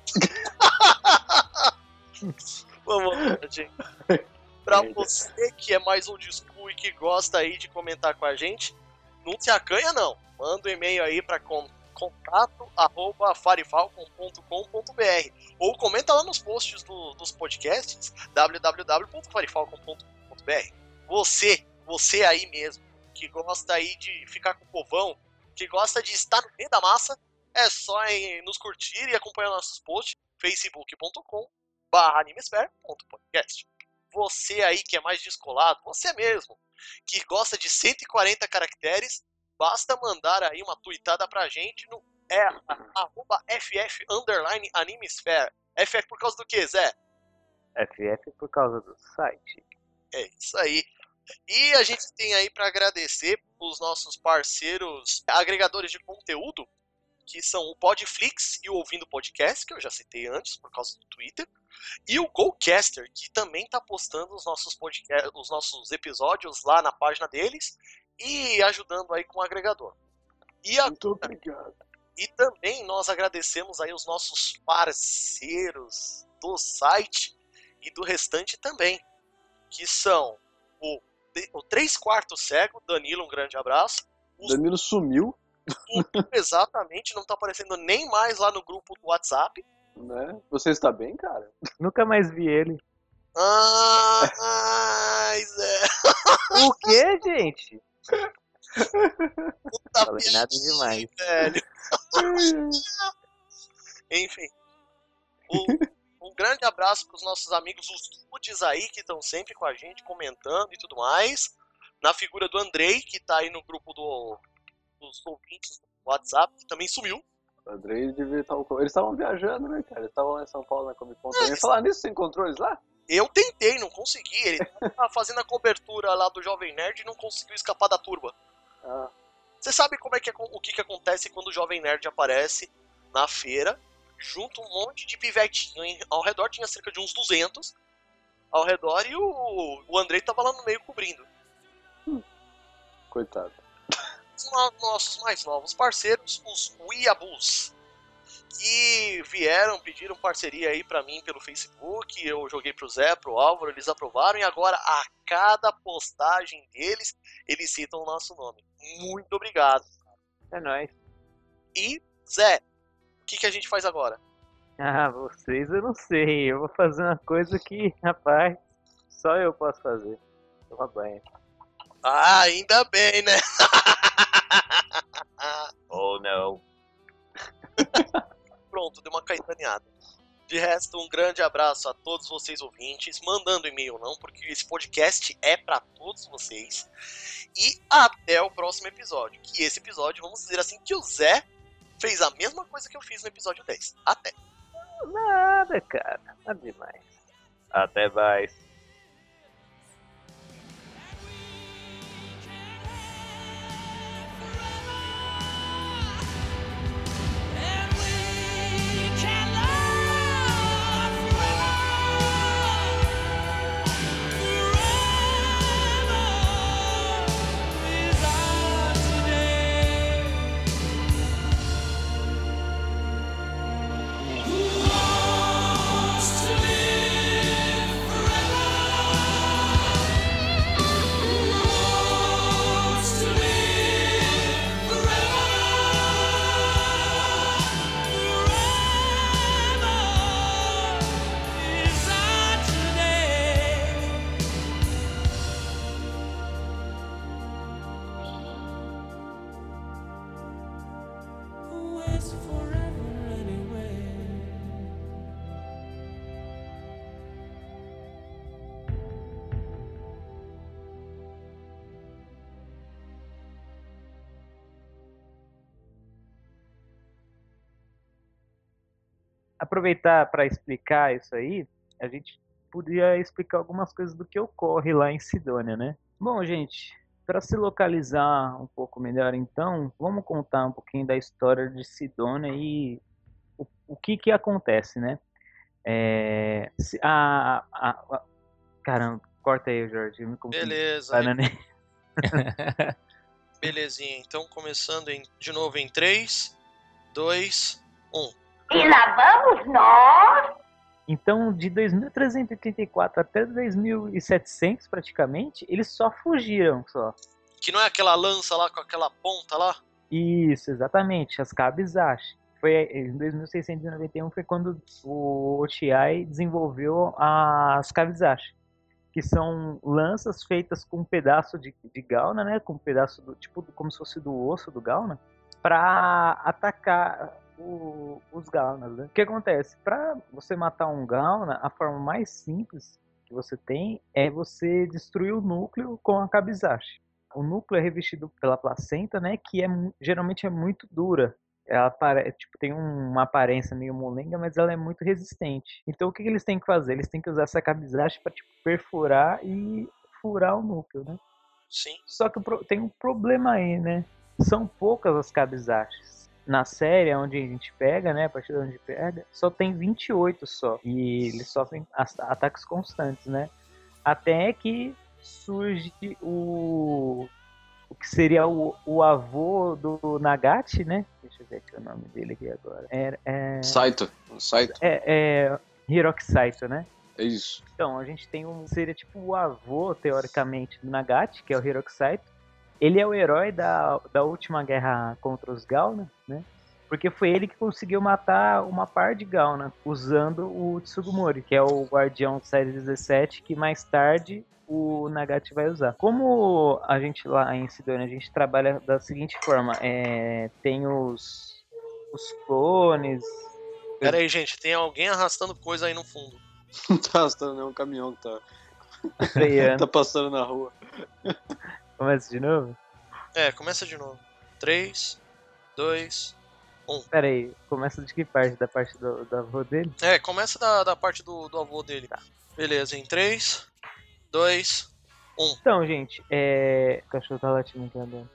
Vamos lá, gente. Pra você que é mais old school e que gosta aí de comentar com a gente, não se acanha não. Manda um e-mail aí pra con- contato arroba farifalcon ponto com ponto b r ou comenta lá nos posts do- dos podcasts w w w ponto farifalcon ponto com ponto b r. Você, você aí mesmo, que gosta aí de ficar com o povão, que gosta de estar no meio da massa, é só em nos curtir e acompanhar nossos posts facebook ponto com barra animesphere ponto podcast. Você aí que é mais descolado, você mesmo, que gosta de cento e quarenta caracteres, basta mandar aí uma tweetada pra gente no é, arroba ff underline animesphere. F F por causa do que, Zé? F F por causa do site. É isso aí. E a gente tem aí para agradecer os nossos parceiros agregadores de conteúdo, que são o Podflix e o Ouvindo Podcast, que eu já citei antes por causa do Twitter, e o GoCaster, que também está postando os nossos, podcast, os nossos episódios lá na página deles e ajudando aí com o agregador. E, a, Muito obrigado. e também nós agradecemos aí os nossos parceiros do site e do restante também, que são o, o três quartos Cego, Danilo, um grande abraço. Os Danilo sumiu, exatamente, não tá aparecendo nem mais lá no grupo do WhatsApp. né? Você está bem, cara? Nunca mais vi ele. Ai, Zé. O quê, gente? Puta Falei nada demais. velho. Enfim. Um, um grande abraço para os nossos amigos, os Tudes aí, que estão sempre com a gente, comentando e tudo mais. Na figura do Andrei, que tá aí no grupo do, dos ouvintes do WhatsApp, que também sumiu. O Andrei devia estar. Eles estavam viajando, né, cara? Eles estavam lá em São Paulo na Comic Con também. Falar nisso, você encontrou eles lá? Eu tentei, não consegui. Ele tava fazendo a cobertura lá do Jovem Nerd e não conseguiu escapar da turba. Ah, Você sabe como é que é, o que, que acontece quando o Jovem Nerd aparece na feira, junto um monte de pivetinho. Hein? Ao redor tinha cerca de uns duzentos ao redor e o, o Andrei tava lá no meio cobrindo. coitado. Os nossos mais novos parceiros, os Weeaboos, que vieram, pediram parceria aí pra mim pelo Facebook, eu joguei pro Zé, pro Álvaro, eles aprovaram e agora a cada postagem deles, eles citam o nosso nome. Muito obrigado. É nóis. E, Zé, o que, que a gente faz agora? Ah, vocês eu não sei. Eu vou fazer uma coisa que, rapaz, só eu posso fazer. Toma banho. Ah, ainda bem, né? Ou não. Pronto, deu uma caetaneada. De resto, um grande abraço a todos vocês ouvintes. Mandando e-mail não, porque esse podcast é pra todos vocês. E até o próximo episódio. Que esse episódio, vamos dizer assim, que o Zé fez a mesma coisa que eu fiz no episódio dez. Até. Nada, cara. Nada demais. Até mais. Who wants to live forever? aproveitar para explicar isso aí, a gente podia explicar algumas coisas do que ocorre lá em Sidônia, né? Bom, gente, para se localizar um pouco melhor, então, vamos contar um pouquinho da história de Sidônia e o, o que que acontece, né? É, se- a, a, a- caramba, corta aí, Jorge. Eu me confundi. Beleza. Tá, né? Belezinha. Então, começando em- de novo em três, dois, um. E lá vamos nós. Então, de dois mil trezentos e oitenta e quatro até dois mil e setecentos, praticamente, eles só fugiram, só. Que não é aquela lança lá com aquela ponta lá? Isso, exatamente, as Kabizashi. Foi em dois mil seiscentos e noventa e um foi quando o Ochiai desenvolveu as Kabizashi, que são lanças feitas com um pedaço de, de gauna, né, com um pedaço do tipo como se fosse do osso do gauna, para atacar o- os gaunas, né? O que acontece? Para você matar um gauna, a forma mais simples que você tem é você destruir o núcleo com a Kabizashi. O núcleo é revestido pela placenta, né, que é mu- geralmente é muito dura. Ela pare- tipo, tem um- uma aparência meio molenga, mas ela é muito resistente. Então o que, que eles têm que fazer? Eles têm que usar essa Kabizashi para tipo, perfurar e furar o núcleo, né? Sim. Só que o pro- tem um problema aí, né? São poucas as Kabizashis. Na série, onde a gente pega, né? A partir de onde a gente pega, só tem vinte e oito só. E eles sofrem as- ataques constantes, né? Até que surge o, o que seria o, o avô do Nagati, né? Deixa eu ver aqui o nome dele aqui agora. É, é, Saito. Saito. é, é Hiroki Saito, né? É isso. Então, a gente tem um. Seria tipo o avô, teoricamente, do Nagati, que é o Hiroki Saito. Ele é o herói da, da última guerra contra os Gauna, né? Porque foi ele que conseguiu matar uma par de Gauna usando o Tsugumori, que é o guardião série dezessete, que mais tarde o Nagati vai usar. Como a gente lá em Sidônia, a gente trabalha da seguinte forma: é, tem os, os clones. Pera aí, gente. Tem alguém arrastando coisa aí no fundo. Não tá arrastando, é um caminhão que tá, freando. tá passando na rua. Começa de novo? É, começa de novo. três, dois, um. Pera aí, começa de que parte? Da parte do, do avô dele? É, começa da, da parte do, do avô dele. Beleza, em três, dois, um. Então, gente, é. O cachorro tá latindo aqui andando.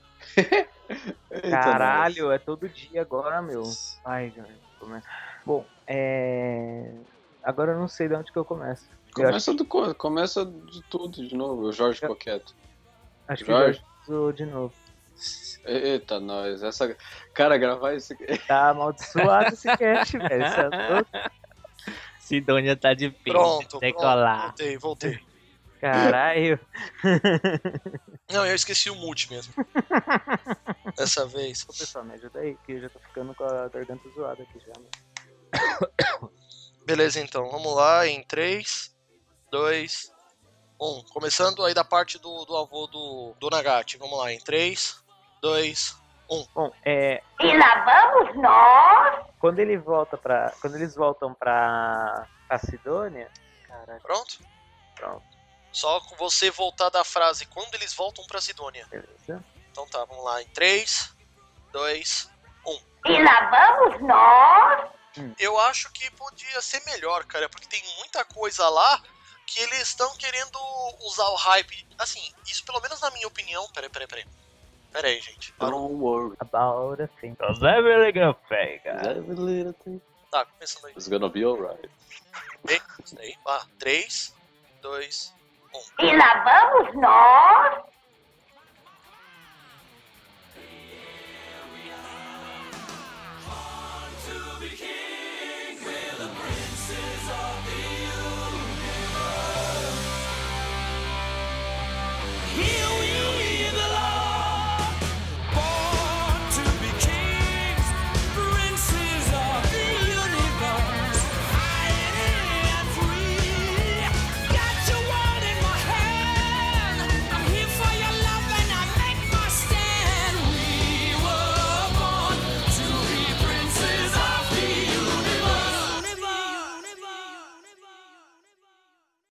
Eita, Caralho, é todo dia agora, meu. Ai, Jorge, começa. Bom, é. Agora eu não sei de onde que eu começo. Eu Começa, do, co- começa de tudo de novo. O Jorge ficou quieto. Acho que Jorge. o Jorge usou de novo. Eita, nós. Essa... Cara, gravar esse. Tá amaldiçoado esse cast, velho. Você é louco? Sidônia tá de pé. Pronto, Decolar. pronto. Voltei, voltei. Caralho. Não, eu esqueci o mute mesmo. Dessa vez. Ô, pessoal, me ajuda aí, que eu já tô ficando com a garganta zoada aqui já. Né? Beleza, então. Vamos lá em três, dois, um. Começando aí da parte do, do avô do, do Nagati. Vamos lá em três, dois, um. Bom, é. E lá vamos nós. Quando ele volta pra. Quando eles voltam pra. pra Sidônia. Caralho, Pronto? pronto, Só com você voltar da frase quando eles voltam pra Sidônia. beleza. Então tá, vamos lá em três, dois, um. E lá vamos nós. Eu acho que podia ser melhor, cara, porque tem muita coisa lá que eles estão querendo usar o hype. Assim, isso pelo menos na minha opinião. Peraí, peraí, peraí. Peraí, aí, gente. Parou. Don't worry. About a thing. Cause every gonna fake. Every little thing Tá, começando aí. is gonna be alright. Ei, isso daí. Ah, três, dois, um. E lá vamos nós.